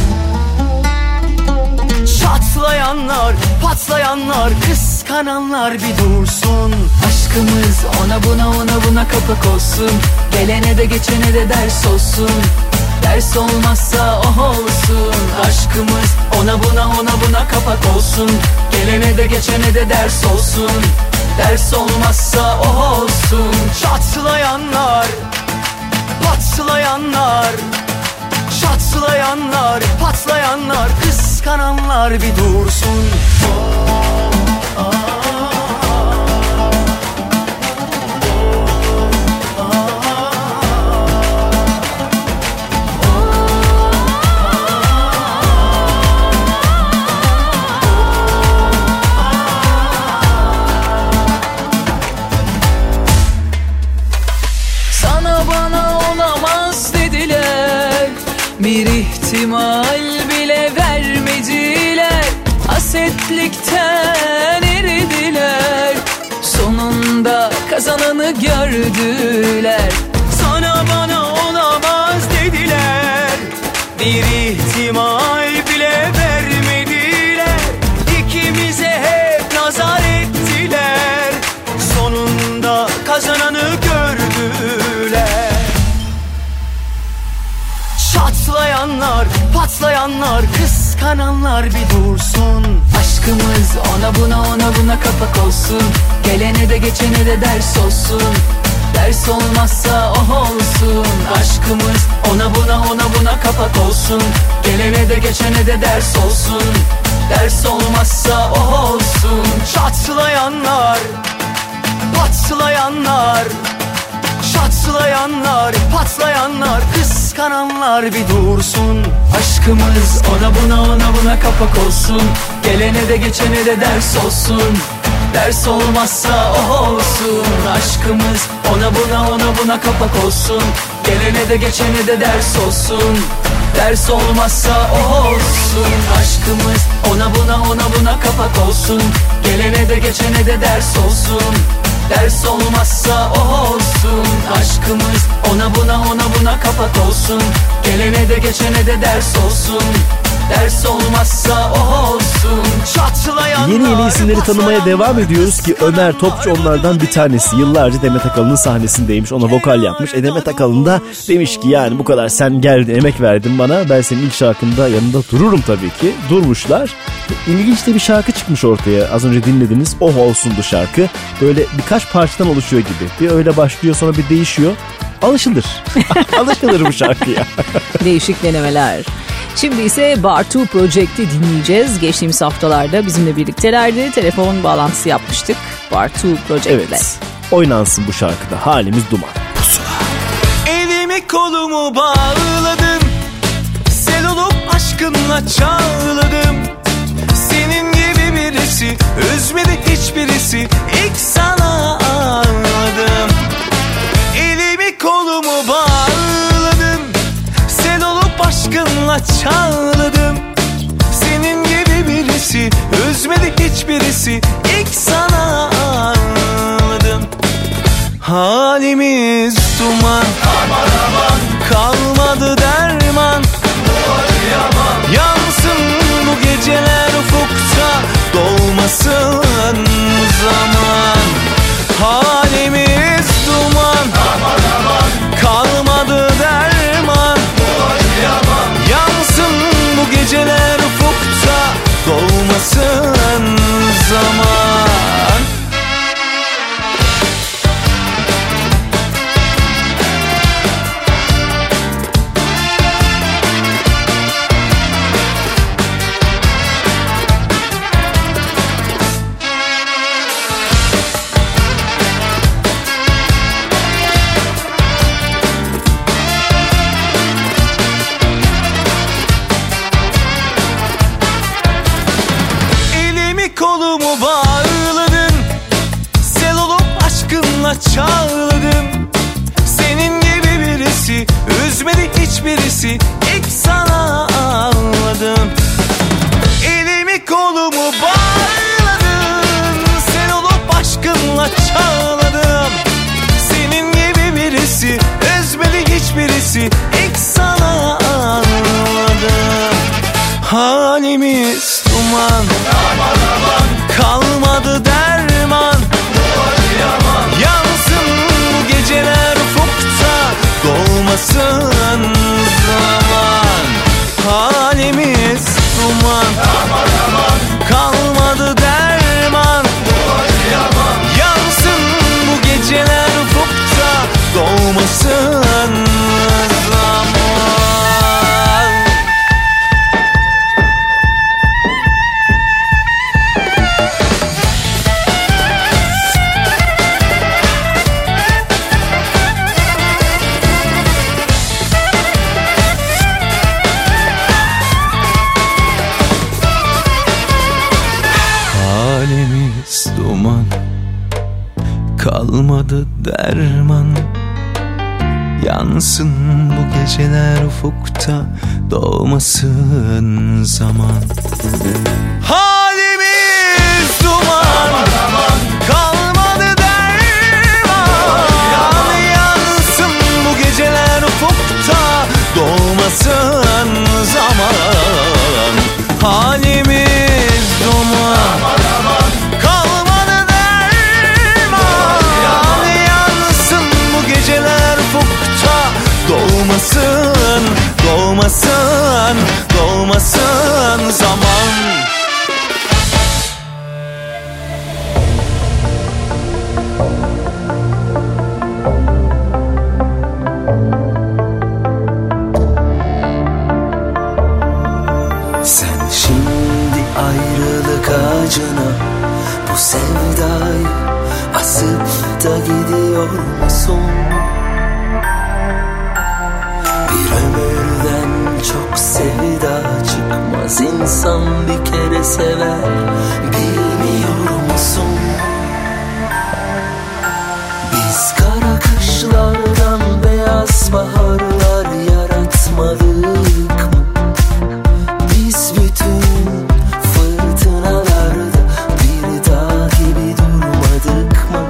Speaker 13: Çatlayanlar, patlayanlar, kıskananlar bir dursun. Aşkımız ona buna ona buna kapak olsun. Gelene de geçene de ders olsun. Ders olmazsa oh olsun. Aşkımız ona buna ona buna kapak olsun. Gelene de geçene de ders olsun. Ders olmazsa oh olsun. Çatlayanlar, patlayanlar, çatlayanlar, patlayanlar, kıskananlar bir dursun. Oh, oh. Bir ihtimal bile vermediler, hasetlikten eridiler. Sonunda kazananı gördüler. Sana bana olamaz dediler, bir ihtimal bile vermediler. İkimize hep nazar ettiler, sonunda kazananı gördüler. Çatlayanlar, patlayanlar, kıskananlar bir dursun. Aşkımız ona buna ona buna kapak olsun. Gelene de geçene de ders olsun. Ders olmazsa oh olsun. Aşkımız ona buna ona buna kapak olsun. Gelene de geçene de ders olsun. Ders olmazsa oh olsun. Çatlayanlar, patlayanlar, çatlayanlar, patlayanlar, kıskananlar bir dursun. Aşkımız ona buna ona buna kapak olsun. Gelene de geçene de ders olsun. Ders olmazsa oh olsun. Aşkımız ona buna ona buna kapak olsun. Gelene de geçene de ders olsun. Ders olmazsa oh olsun. Aşkımız ona buna ona buna kapak olsun. Gelene de geçene de ders olsun. Ders olmazsa oh olsun. Aşkımız ona buna ona buna kapak olsun. Gelene de geçene de ders olsun. Ders olmazsa oh olsun. Çatlayanlar,
Speaker 4: yeni yeni isimleri tanımaya devam ediyoruz ki Ömer Topçu onlardan bir tanesi. Yıllarca Demet Akalın'ın sahnesindeymiş, ona vokal yapmış. E Demet Akalın da demiş ki yani bu kadar sen geldin, emek verdin bana, ben senin ilk şarkında yanında dururum tabii ki. Durmuşlar. İlginç de bir şarkı çıkmış ortaya. Az önce dinlediniz. Oh olsundu şarkı. Böyle birkaç parçadan oluşuyor gibi. Bir öyle başlıyor, sonra bir değişiyor. Alışılır. Alışılır bu şarkıya.
Speaker 3: Değişik denemeler. Şimdi ise Bartu Project'i dinleyeceğiz. Geçtiğimiz haftalarda bizimle birliktelerdi. Telefon bağlantısı yapmıştık Bartu Project'le.
Speaker 4: Evet. Oynansın bu şarkıda. Halimiz duman. Pusula.
Speaker 13: Elimi kolumu bağladım, sel olup aşkınla çağladım. Senin gibi birisi üzmedi hiçbirisi, ilk sana anladım. Elimi kolumu bağladım, sel olup aşkınla çağladım. Senin gibi birisi üzmedi hiçbirisi, ilk sana anladım. Halimiz duman, aman aman, kalmadı derman. Yansın bu geceler ufukta, dolmasın zaman. Halimiz duman, aman aman, kalmadı derman. Yansın bu geceler ufukta, dolmasın zaman.
Speaker 14: başkanla çağladım. Senin gibi birisi üzmedi hiçbirisi, ilk sana ağladım. Elimi kolumu bağladın, sen olup aşkınla çağladım. Senin gibi birisi üzmedi hiçbirisi, ilk sana ağladım. Halimiz duman, kalmadı derman. Yansın bu geceler ufukta, dolmasın zaman. Halimiz duman, kalmadı derman. Yansın bu geceler ufukta, dolmasın zaman. Halimiz duman, kalmadı derman. Yansın bu geceler ufukta, doğmasın zaman. Halimiz duman, kalmadı derman. Yansın bu geceler ufukta, doğmasın zaman. Halimiz duman, kalmadı derman. Yansın bu geceler ufukta, doğmasın, doğmasın, doğmasın zaman.
Speaker 15: Sen şimdi ayrılık ağacına bu sevdayı asıp da gidiyor musun? Bir ömürden çok sevda çıkmaz, insan bir kere sever, bilmiyor musun? Biz kara kışlardan beyaz baharlar yaratmadık mı? Biz bütün fırtınalarda bir dağ gibi durmadık mı?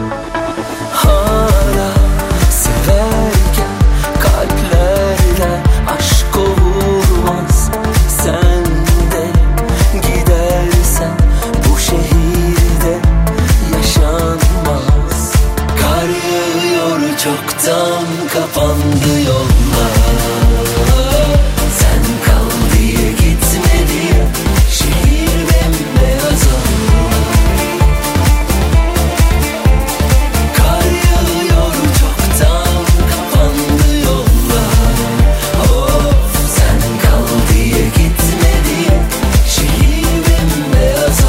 Speaker 15: Hala severken kalplerden aşk olmaz. Sen de gidersen bu şehirde yaşanmaz. Kar yağıyor, çoktan kapandı yollar. Sen kal diye gitme diye şehir bembeyaz oldu. Kar yağıyor, çoktan kapandı yollar. Of, sen kal diye gitme diye şehir bembeyaz oldu.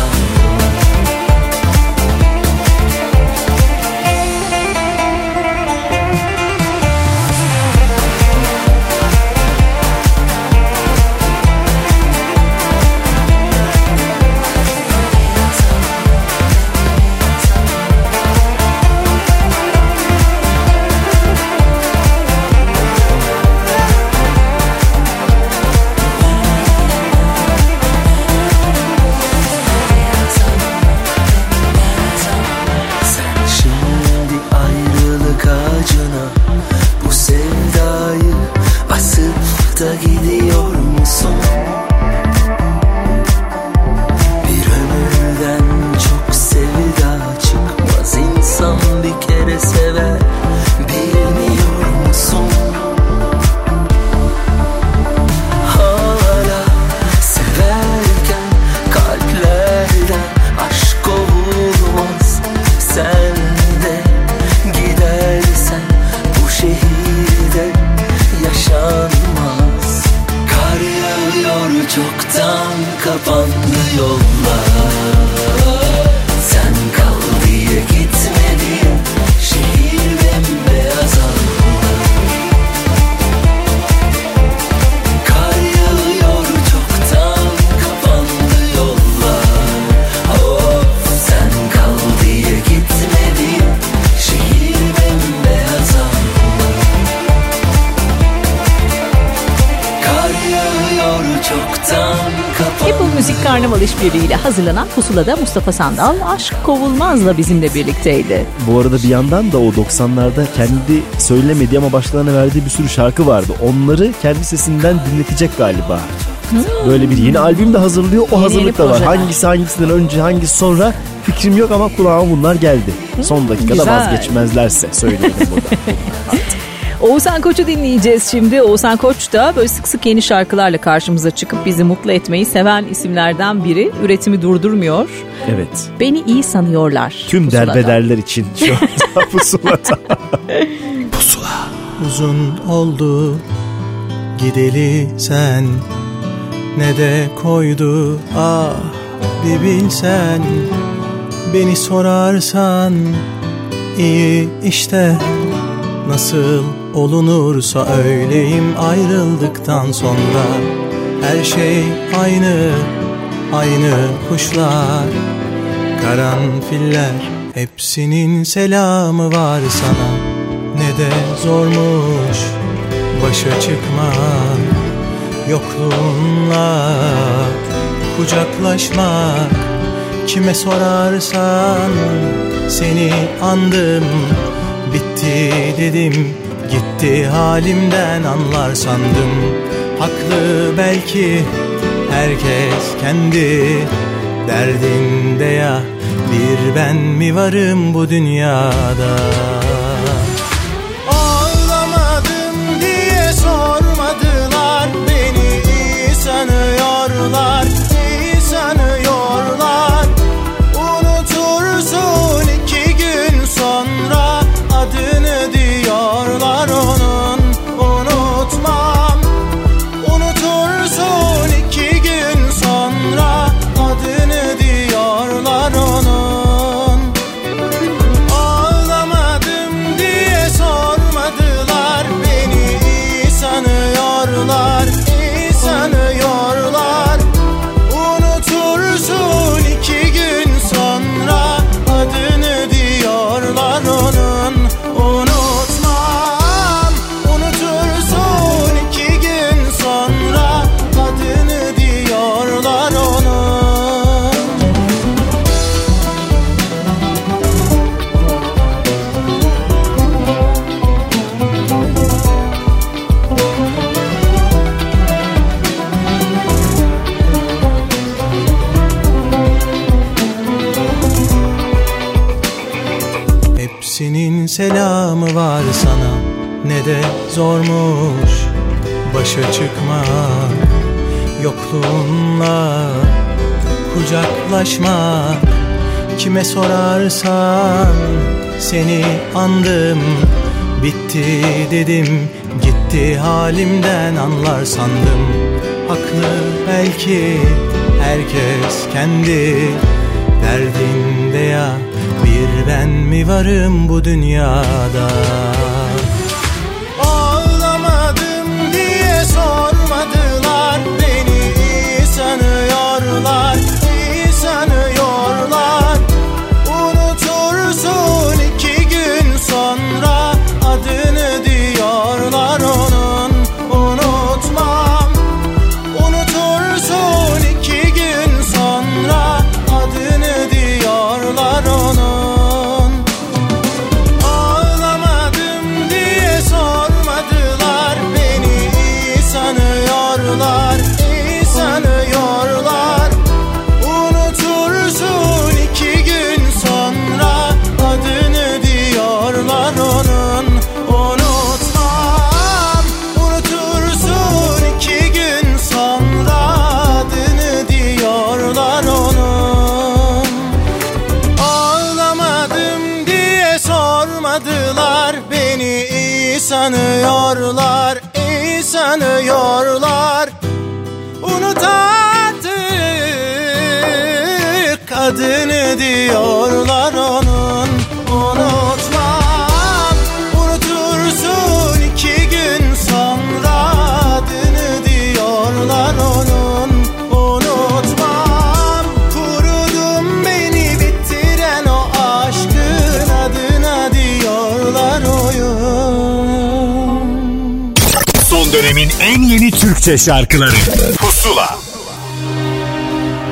Speaker 3: Müzik Karnaval işbirliğiyle hazırlanan Pusula'da Mustafa Sandal Aşk Kovulmaz'la bizimle birlikteydi.
Speaker 4: Bu arada bir yandan da o doksanlarda kendi söylemediği ama başkalarına verdiği bir sürü şarkı vardı. Onları kendi sesinden dinletecek galiba. Hmm. Böyle bir yeni albüm de hazırlıyor. O yeni hazırlık da var. Hangisi hangisinden önce hangisi sonra fikrim yok ama kulağıma bunlar geldi. Hmm. Son dakikada güzel. Vazgeçmezlerse söyleyelim burada.
Speaker 3: Oğuzhan Koç'u dinleyeceğiz şimdi. Oğuzhan Koç da böyle sık sık yeni şarkılarla karşımıza çıkıp bizi mutlu etmeyi seven isimlerden biri. Üretimi durdurmuyor.
Speaker 4: Evet.
Speaker 3: Beni iyi sanıyorlar.
Speaker 4: Tüm Pusula'da. Derbederler için şu anda Pusula'da.
Speaker 6: Pusula. Uzun oldu gideli sen, ne de koydu ah bir bilsen. Beni sorarsan iyi işte, nasıl olunursa öyleyim ayrıldıktan sonra. Her şey aynı, aynı kuşlar, karanfiller, hepsinin selamı var sana. Ne de zormuş başa çıkmak, yokluğunla kucaklaşmak. Kime sorarsan seni andım, bitti dedim, gitti halimden anlar sandım. Haklı belki herkes kendi derdinde ya, bir ben mi varım bu dünyada? Ağlamadım diye sormadılar, beni iyi sanıyorlar, iyi sanıyorlar. Unutursun iki gün sonra adını diyorlar onun, unutmam. Unutursun iki gün sonra adını diyorlar onun. Ağlamadım diye sormadılar, beni iyi sanıyorlar, iyi sanıyorlar. Unutursun iki gün sonra adını diyorlar onun, unutmam. Unutursun iki gün sonra adını diyorlar onun. Hepsinin selamı var sana, ne de zormuş başa çıkmak, yokluğunla kucaklaşmak. Kime sorarsan seni andım, bitti dedim, gitti halimden anlar sandım. Haklı belki herkes kendi derdinde ya, bir ben mi varım bu dünyada? Ağlamadım diye sormadılar, beni iyi sanıyorlar, iyi sanıyorlar. Unutursun iki gün sonra adını diyorlar onun, unutmam. Unutursun iki gün sonra adını diyorlar onun. Ağlamadım diye sormadılar, beni iyi sanıyorlar, iyi sanıyorlar. Unutursun iki gün sonra adını diyorlar onun, unutmam. Unutursun iki gün sonra adını diyorlar onun. Ağlamadım diye sormadılar, beni iyi sanıyorlar, iyi sanıyorlar. Unut artık adını diyorlar onun, unutmam. Unutursun iki gün sonra adını diyorlar onun, unutmam. Kurudum beni bitiren o aşkın adına diyorlar oyun.
Speaker 1: Son dönemin en yeni Türkçe şarkıları Pusula.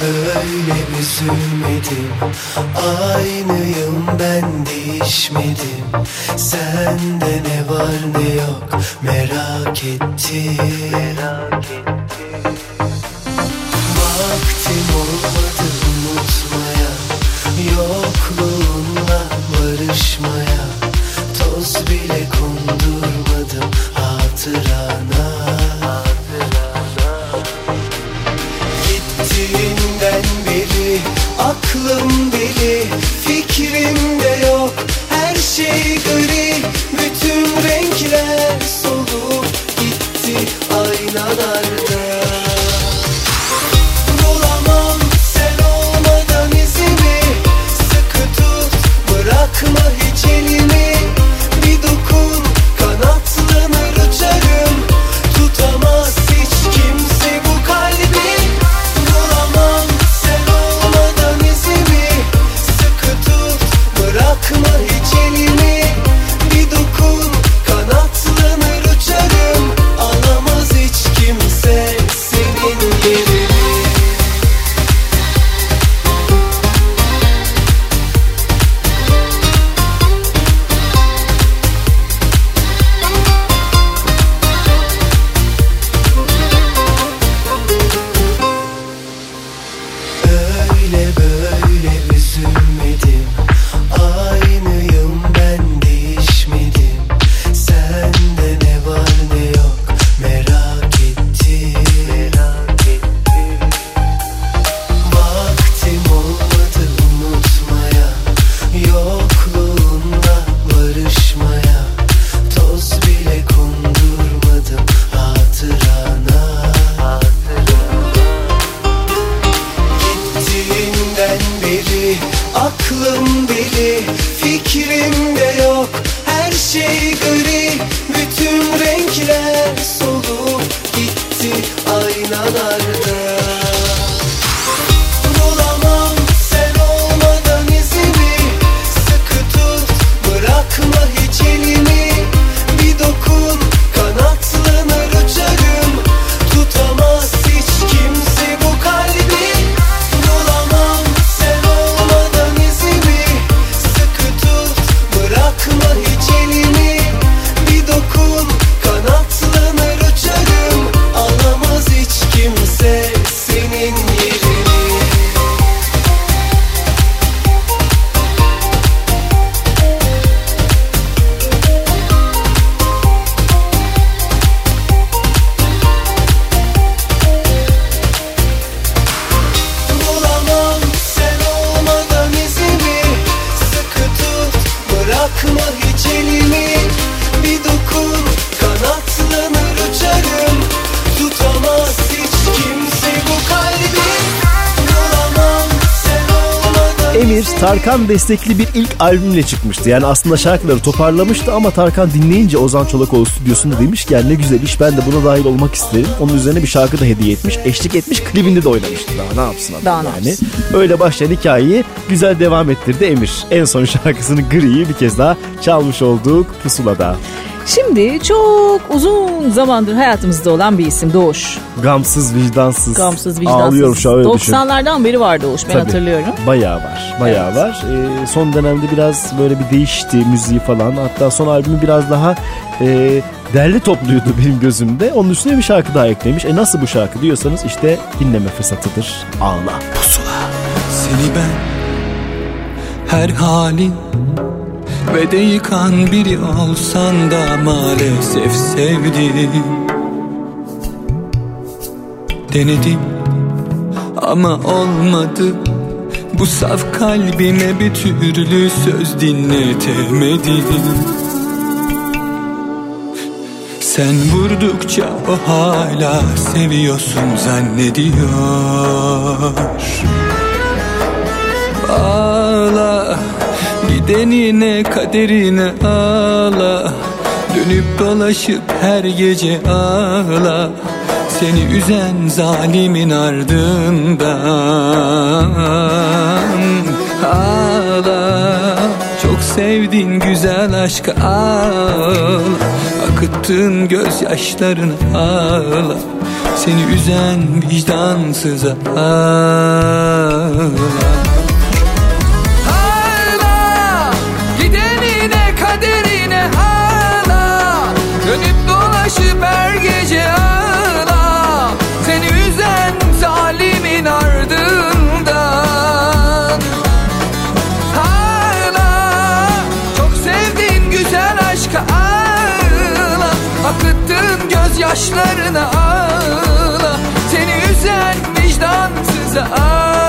Speaker 8: Öyle üzülmedim, aynıyım ben değişmedim. Sende ne var ne yok merak ettim. Vaktim olmadı unutmaya, yokluğunla barışmaya. Toz bile kondurmadım hatırana. Gittiğinden beri aklım deli, fikrimde yok, her şey gri. Bütün renkler solup gitti aynalarda. Bulamam sen olmadan izimi, sıkı tut bırakma hiç elimi. Bir dokun kanatlanır uçarım, tutamaz hiç kimse bu kalbi. Bulamam sen olmadan izimi, sıkı tut bırakma hiç elimi. Bir dokun kanatlanır uçarım, alamaz hiç kimse senin yerini. Öyle böyle üzülmedim, aynıyım ben değişmedim. Sende ne var ne yok merak ettim. Vaktim olmadı unutmaya, yokluğunla barışmaya. Toz bile kondurmadım hatırana. Gittiğinden beri aklım deli, fikrimde yok, her şey gri. Bütün renkler solup gitti aynalarda. Bulamam sen olmadan izimi, sıkı tut bırakma hiç elimi. Bir dokun kanatlanır uçarım, tutamaz hiç kimse bu kalbi. Bulamam sen olmadan izimi, sıkı tut bırakma hiç elimi. Bir dokun kanatlanır uçarım, alamaz hiç kimse senin yerini. Bulamam sen olmadan izimi, sıkı tut bırakma hiç elimi. Bir dokun kanatlanır uçarım, tutamaz hiç kimse bu kalbi. Bulamam sen olmadan
Speaker 4: Emir Tarkan destekli bir ilk albümle çıkmıştı. Yani aslında şarkıları toparlamıştı ama Tarkan dinleyince Ozan Çolakoğlu stüdyosunda demiş ki yani ne güzel iş, ben de buna dahil olmak isterim. Onun üzerine bir şarkı da hediye etmiş, eşlik etmiş, klibinde de oynamıştı. Daha ne yapsın adam
Speaker 3: Daha ne
Speaker 4: yani.
Speaker 3: yapsın?
Speaker 4: Öyle başlayan hikayeyi güzel devam ettirdi Emir. En son şarkısını Gri'yi bir kez daha çalmış olduk Pusula'da.
Speaker 3: Şimdi çok uzun zamandır hayatımızda olan bir isim Doğuş.
Speaker 4: Gamsız, vicdansız.
Speaker 3: Gamsız, vicdansız.
Speaker 4: Ağlıyorum şu an, öyle düşün.
Speaker 3: doksanlardan beri var Doğuş, ben
Speaker 4: Tabii,
Speaker 3: hatırlıyorum.
Speaker 4: Bayağı var. Bayağı
Speaker 3: Evet.
Speaker 4: var. Ee, son dönemde biraz böyle bir değişti müziği falan. Hatta son albümü biraz daha e, derli topluydu benim gözümde. Onun üstüne bir şarkı daha eklemiş. E nasıl bu şarkı diyorsanız işte dinleme fırsatıdır. Ağla Pusula.
Speaker 16: Seni ben her halin ve de yıkan biri olsan da maalesef sevdim. Denedim ama olmadı. Bu saf kalbime bir türlü söz dinletemedim. Sen vurdukça o hala seviyorsun zannediyor. Ağla, gidenine kaderine ağla. Dönüp dolaşıp her gece ağla. Seni üzen zalimin ardından ağla. Çok sevdiğin güzel aşkı ağla. Akıttığın gözyaşlarını ağla. seni üzen vicdansıza ağla.
Speaker 11: Ağla, gidenine kaderine ağla, dönüp dolaşıp her gece ağla, seni üzen zalimin ardından. Ağla, çok sevdiğin güzel aşka ağla, akıttığın gözyaşlarını ağla, seni üzen vicdansıza ağla.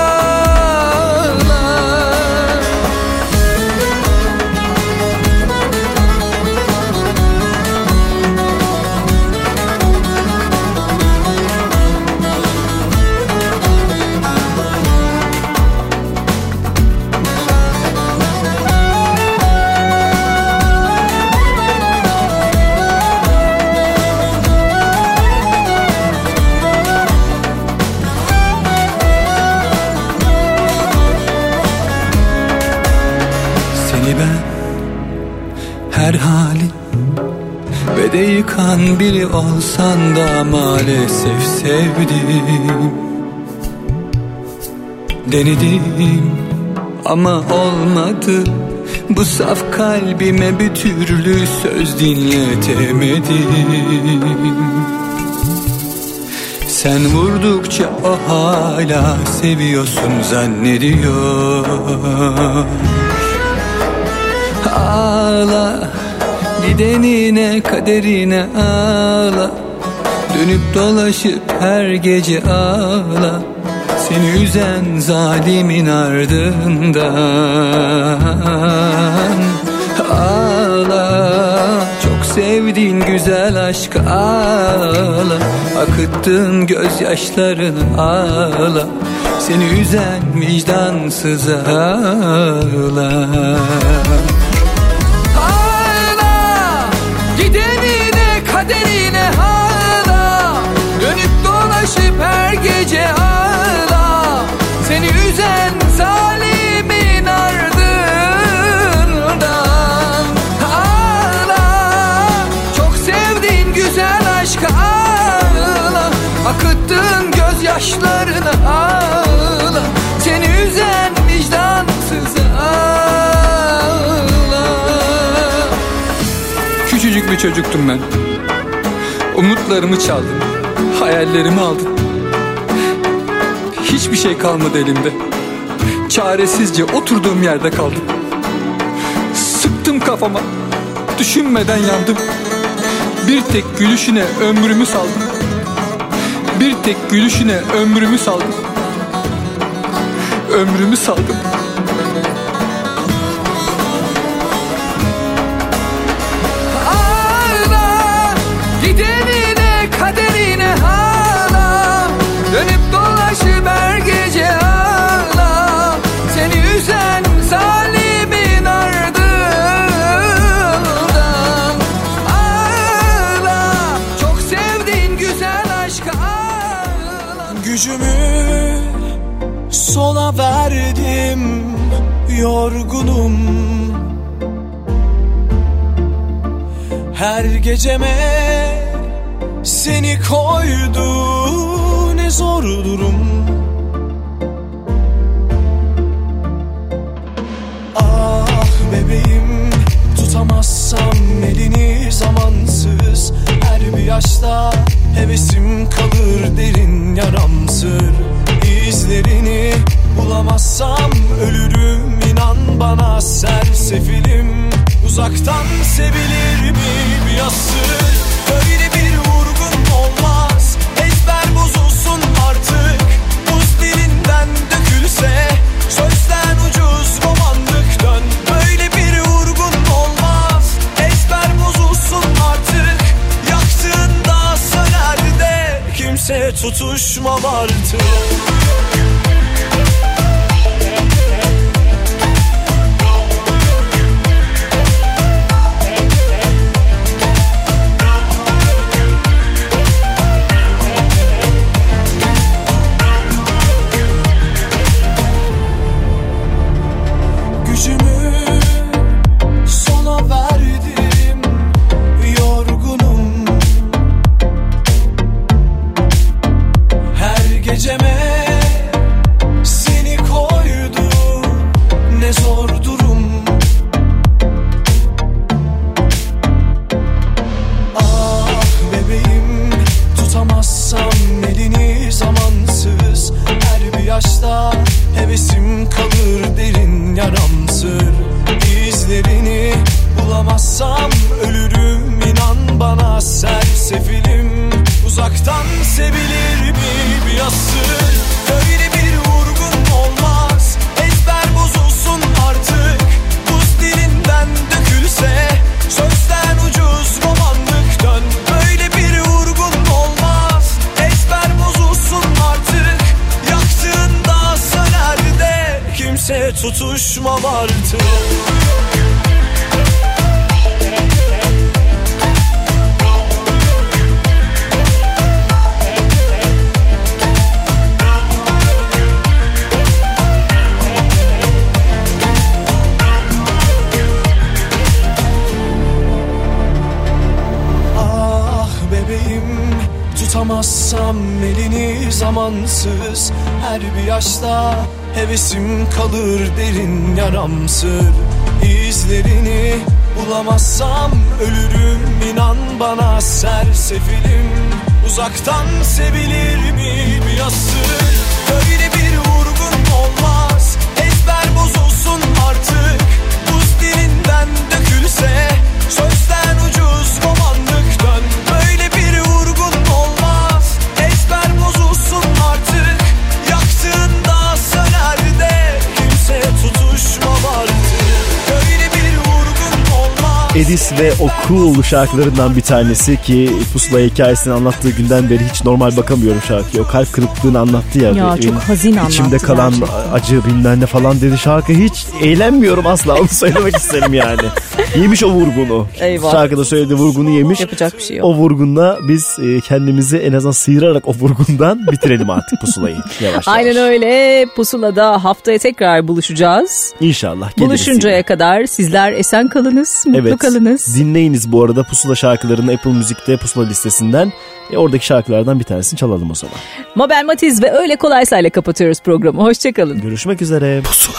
Speaker 16: Her halin ve de yıkan biri olsan da maalesef sevdim. Denedim ama olmadı, bu saf kalbime bir türlü söz dinletemedim. Sen vurdukça o hala seviyorsun zannediyor. Ağla, gidenine kaderine ağla, dönüp dolaşıp her gece ağla, seni üzen zalimin ardından. Ağla, çok sevdiğin güzel aşkı ağla, akıttığın gözyaşlarını ağla, seni üzen vicdansız ağla.
Speaker 11: Gidenine kaderine ağla, dönüp dolaşıp her gece ağla, seni üzen zalimin ardından. Ağla, çok sevdiğin güzel aşka ağla, akıttığın gözyaşlarını ağla, seni üzen vicdansız ağla.
Speaker 16: Küçücük bir çocuktum ben. Umutlarımı çaldın, hayallerimi aldın. Hiçbir şey kalmadı elimde. Çaresizce oturduğum yerde kaldım. Sıktım kafama, düşünmeden yandım. Bir tek gülüşüne ömrümü saldım. Bir tek gülüşüne ömrümü saldım. Ömrümü saldım.
Speaker 11: Gidenine kaderine ağla, dönüp dolaşıp her gece ağla, seni üzen zalimin ardından. Ağla, çok sevdiğin güzel aşka ağla.
Speaker 6: Gücümü sona verdim, yorgunum. Her geceme seni koydu, ne zor durum. Ah bebeğim, tutamazsam elini zamansız, her bir yaşta hevesim kalır derin yaramsır. İzlerini bulamazsam ölürüm, inan bana sersefilim. Uzaktan sevilir mi bir asır? Böyle bir vurgun olmaz, ezber bozulsun artık. Buz dilinden dökülse, sözden ucuz romanlık dön. Böyle bir vurgun olmaz, ezber bozulsun artık. Yaktığında söner de kimse tutuşmam artık.
Speaker 8: hevesim kalır derin yaramsır. İzlerini bulamazsam ölürüm, inan bana sersefilim. Uzaktan sevilir mi bir asır? Böyle bir vurgun olmaz, ezber bozulsun artık. Buz dilinden dökülse sözden ucuz romanlık dön. Böyle bir vurgun olmaz, ezber bozulsun artık. Yaktığında söner de kimse tutuşmam artık. Tutamazsam elini zamansız, her bir yaşta hevesim kalır derin yaramsır. İzlerini bulamazsam ölürüm, inan bana sersefilim. Uzaktan sevilir mi bir asır? Böyle bir vurgun olmaz, ezber bozulsun artık. Buz dilinden dökülse sözden ucuz romanlık dön. Böyle bir vurgun olmaz, ezber bozulsun artık. Yaktığında söner de kimse tutuşmam artık. Böyle bir vurgun olmaz.
Speaker 4: Edis ve o Cool şarkılarından bir tanesi ki Pusula hikayesini anlattığı günden beri hiç normal bakamıyorum şarkıya. O kalp kırıklığını anlattı ya.
Speaker 3: Ya çok hazin anlattı.
Speaker 4: İçimde kalan
Speaker 3: gerçekten.
Speaker 4: acı bilmem ne falan dedi şarkı. Hiç eğlenmiyorum asla, onu söylemek isterim yani. Yemiş o vurgunu.
Speaker 3: Eyvah.
Speaker 4: Şarkıda söylediği vurgunu yemiş.
Speaker 3: Yapacak bir şey yok.
Speaker 4: O vurgunla biz kendimizi en azından sıyırarak o vurgundan bitirelim artık Pusulayı. Yavaş yavaş.
Speaker 3: Aynen öyle. Pusula'da haftaya tekrar buluşacağız.
Speaker 4: İnşallah.
Speaker 3: Buluşuncaya kadar sizler esen kalınız, mutlu
Speaker 4: evet,
Speaker 3: kalınız.
Speaker 4: Dinleyiniz bu arada Pusula şarkılarını Apple Müzik'te Pusula listesinden. E, oradaki şarkılardan bir tanesini çalalım o zaman.
Speaker 3: Mabel Matiz ve Öyle Kolaysa ile kapatıyoruz programı. Hoşçakalın.
Speaker 4: Görüşmek üzere. Pusula.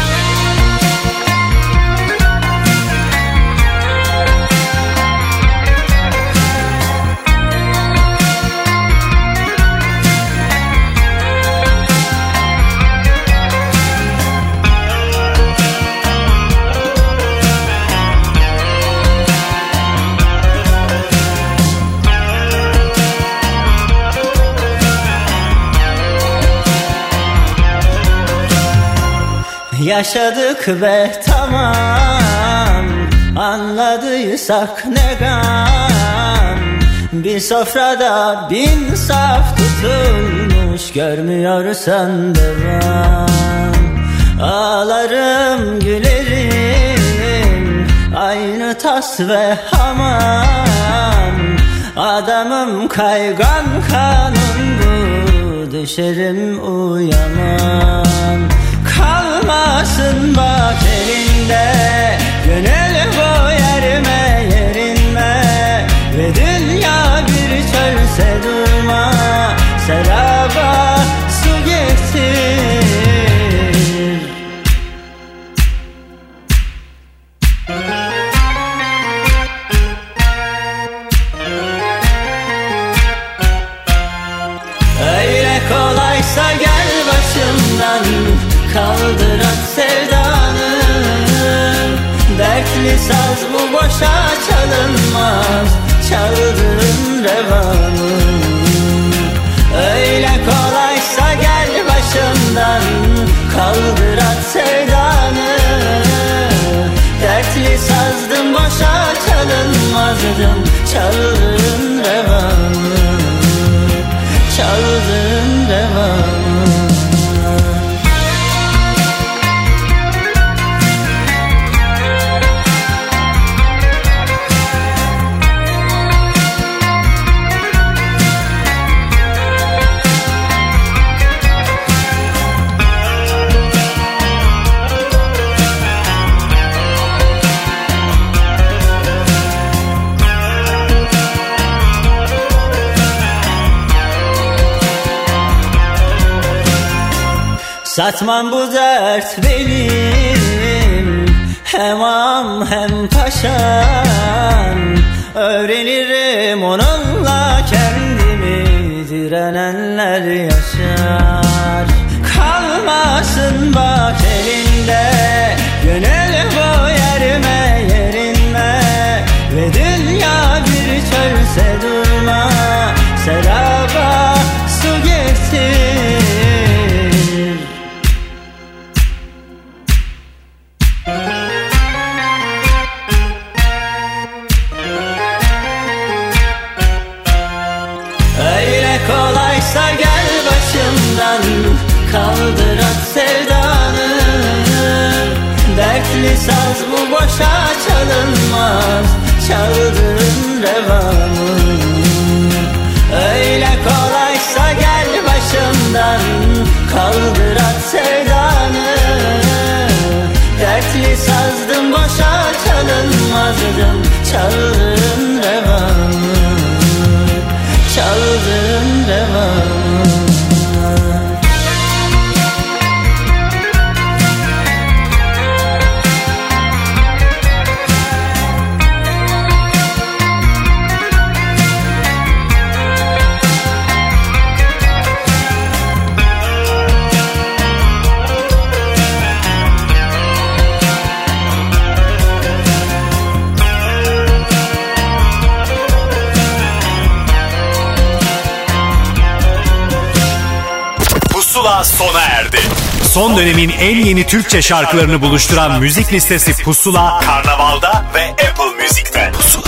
Speaker 17: Yaşadık ve tamam, anladıysak ne gam. Bir sofrada bin saf tutulmuş, görmüyorsan devam. Ağlarım gülerim, aynı tas ve hamam. Adamım kaygan kanun bu, düşerim uyanam. Kalmasın bak elinde, gönül bu yerime yerinme. Ve dünya bir çölse durma, seraba su getir. Öyle kolaysa gel başımdan, kaldır at sevdanı. Dertli saz bu boşa çalınmaz, çaldırın revanı. Öyle kolaysa gel başımdan, kaldır at sevdanı. Dertli sazdım boşa çalınmazdım, çaldırın revanı. Çaldırın revanı. Satmam bu dert benim, hem am hem paşam. Öğrenirim onunla kendimi, direnenler yaşar. Kalmasın açalım bak elinde. Gönül bu yerime yerinme, ve dünya bir çölse durma. Seraba su getir. Öyle kolaysa gel başımdan, kaldır at sevdanı. Dertli saz bu boşa çalınmaz, çaldırın revanı. Öyle kolaysa gel başımdan, kaldır at sevdanı. Dertli sazdım boşa çalınmazdım, çaldırın revanı. Çaldırın revanı.
Speaker 1: Pusula sona erdi. Son dönemin en yeni Türkçe şarkılarını buluşturan müzik listesi Pusula, Karnaval'da ve Apple Music'te. Pusula.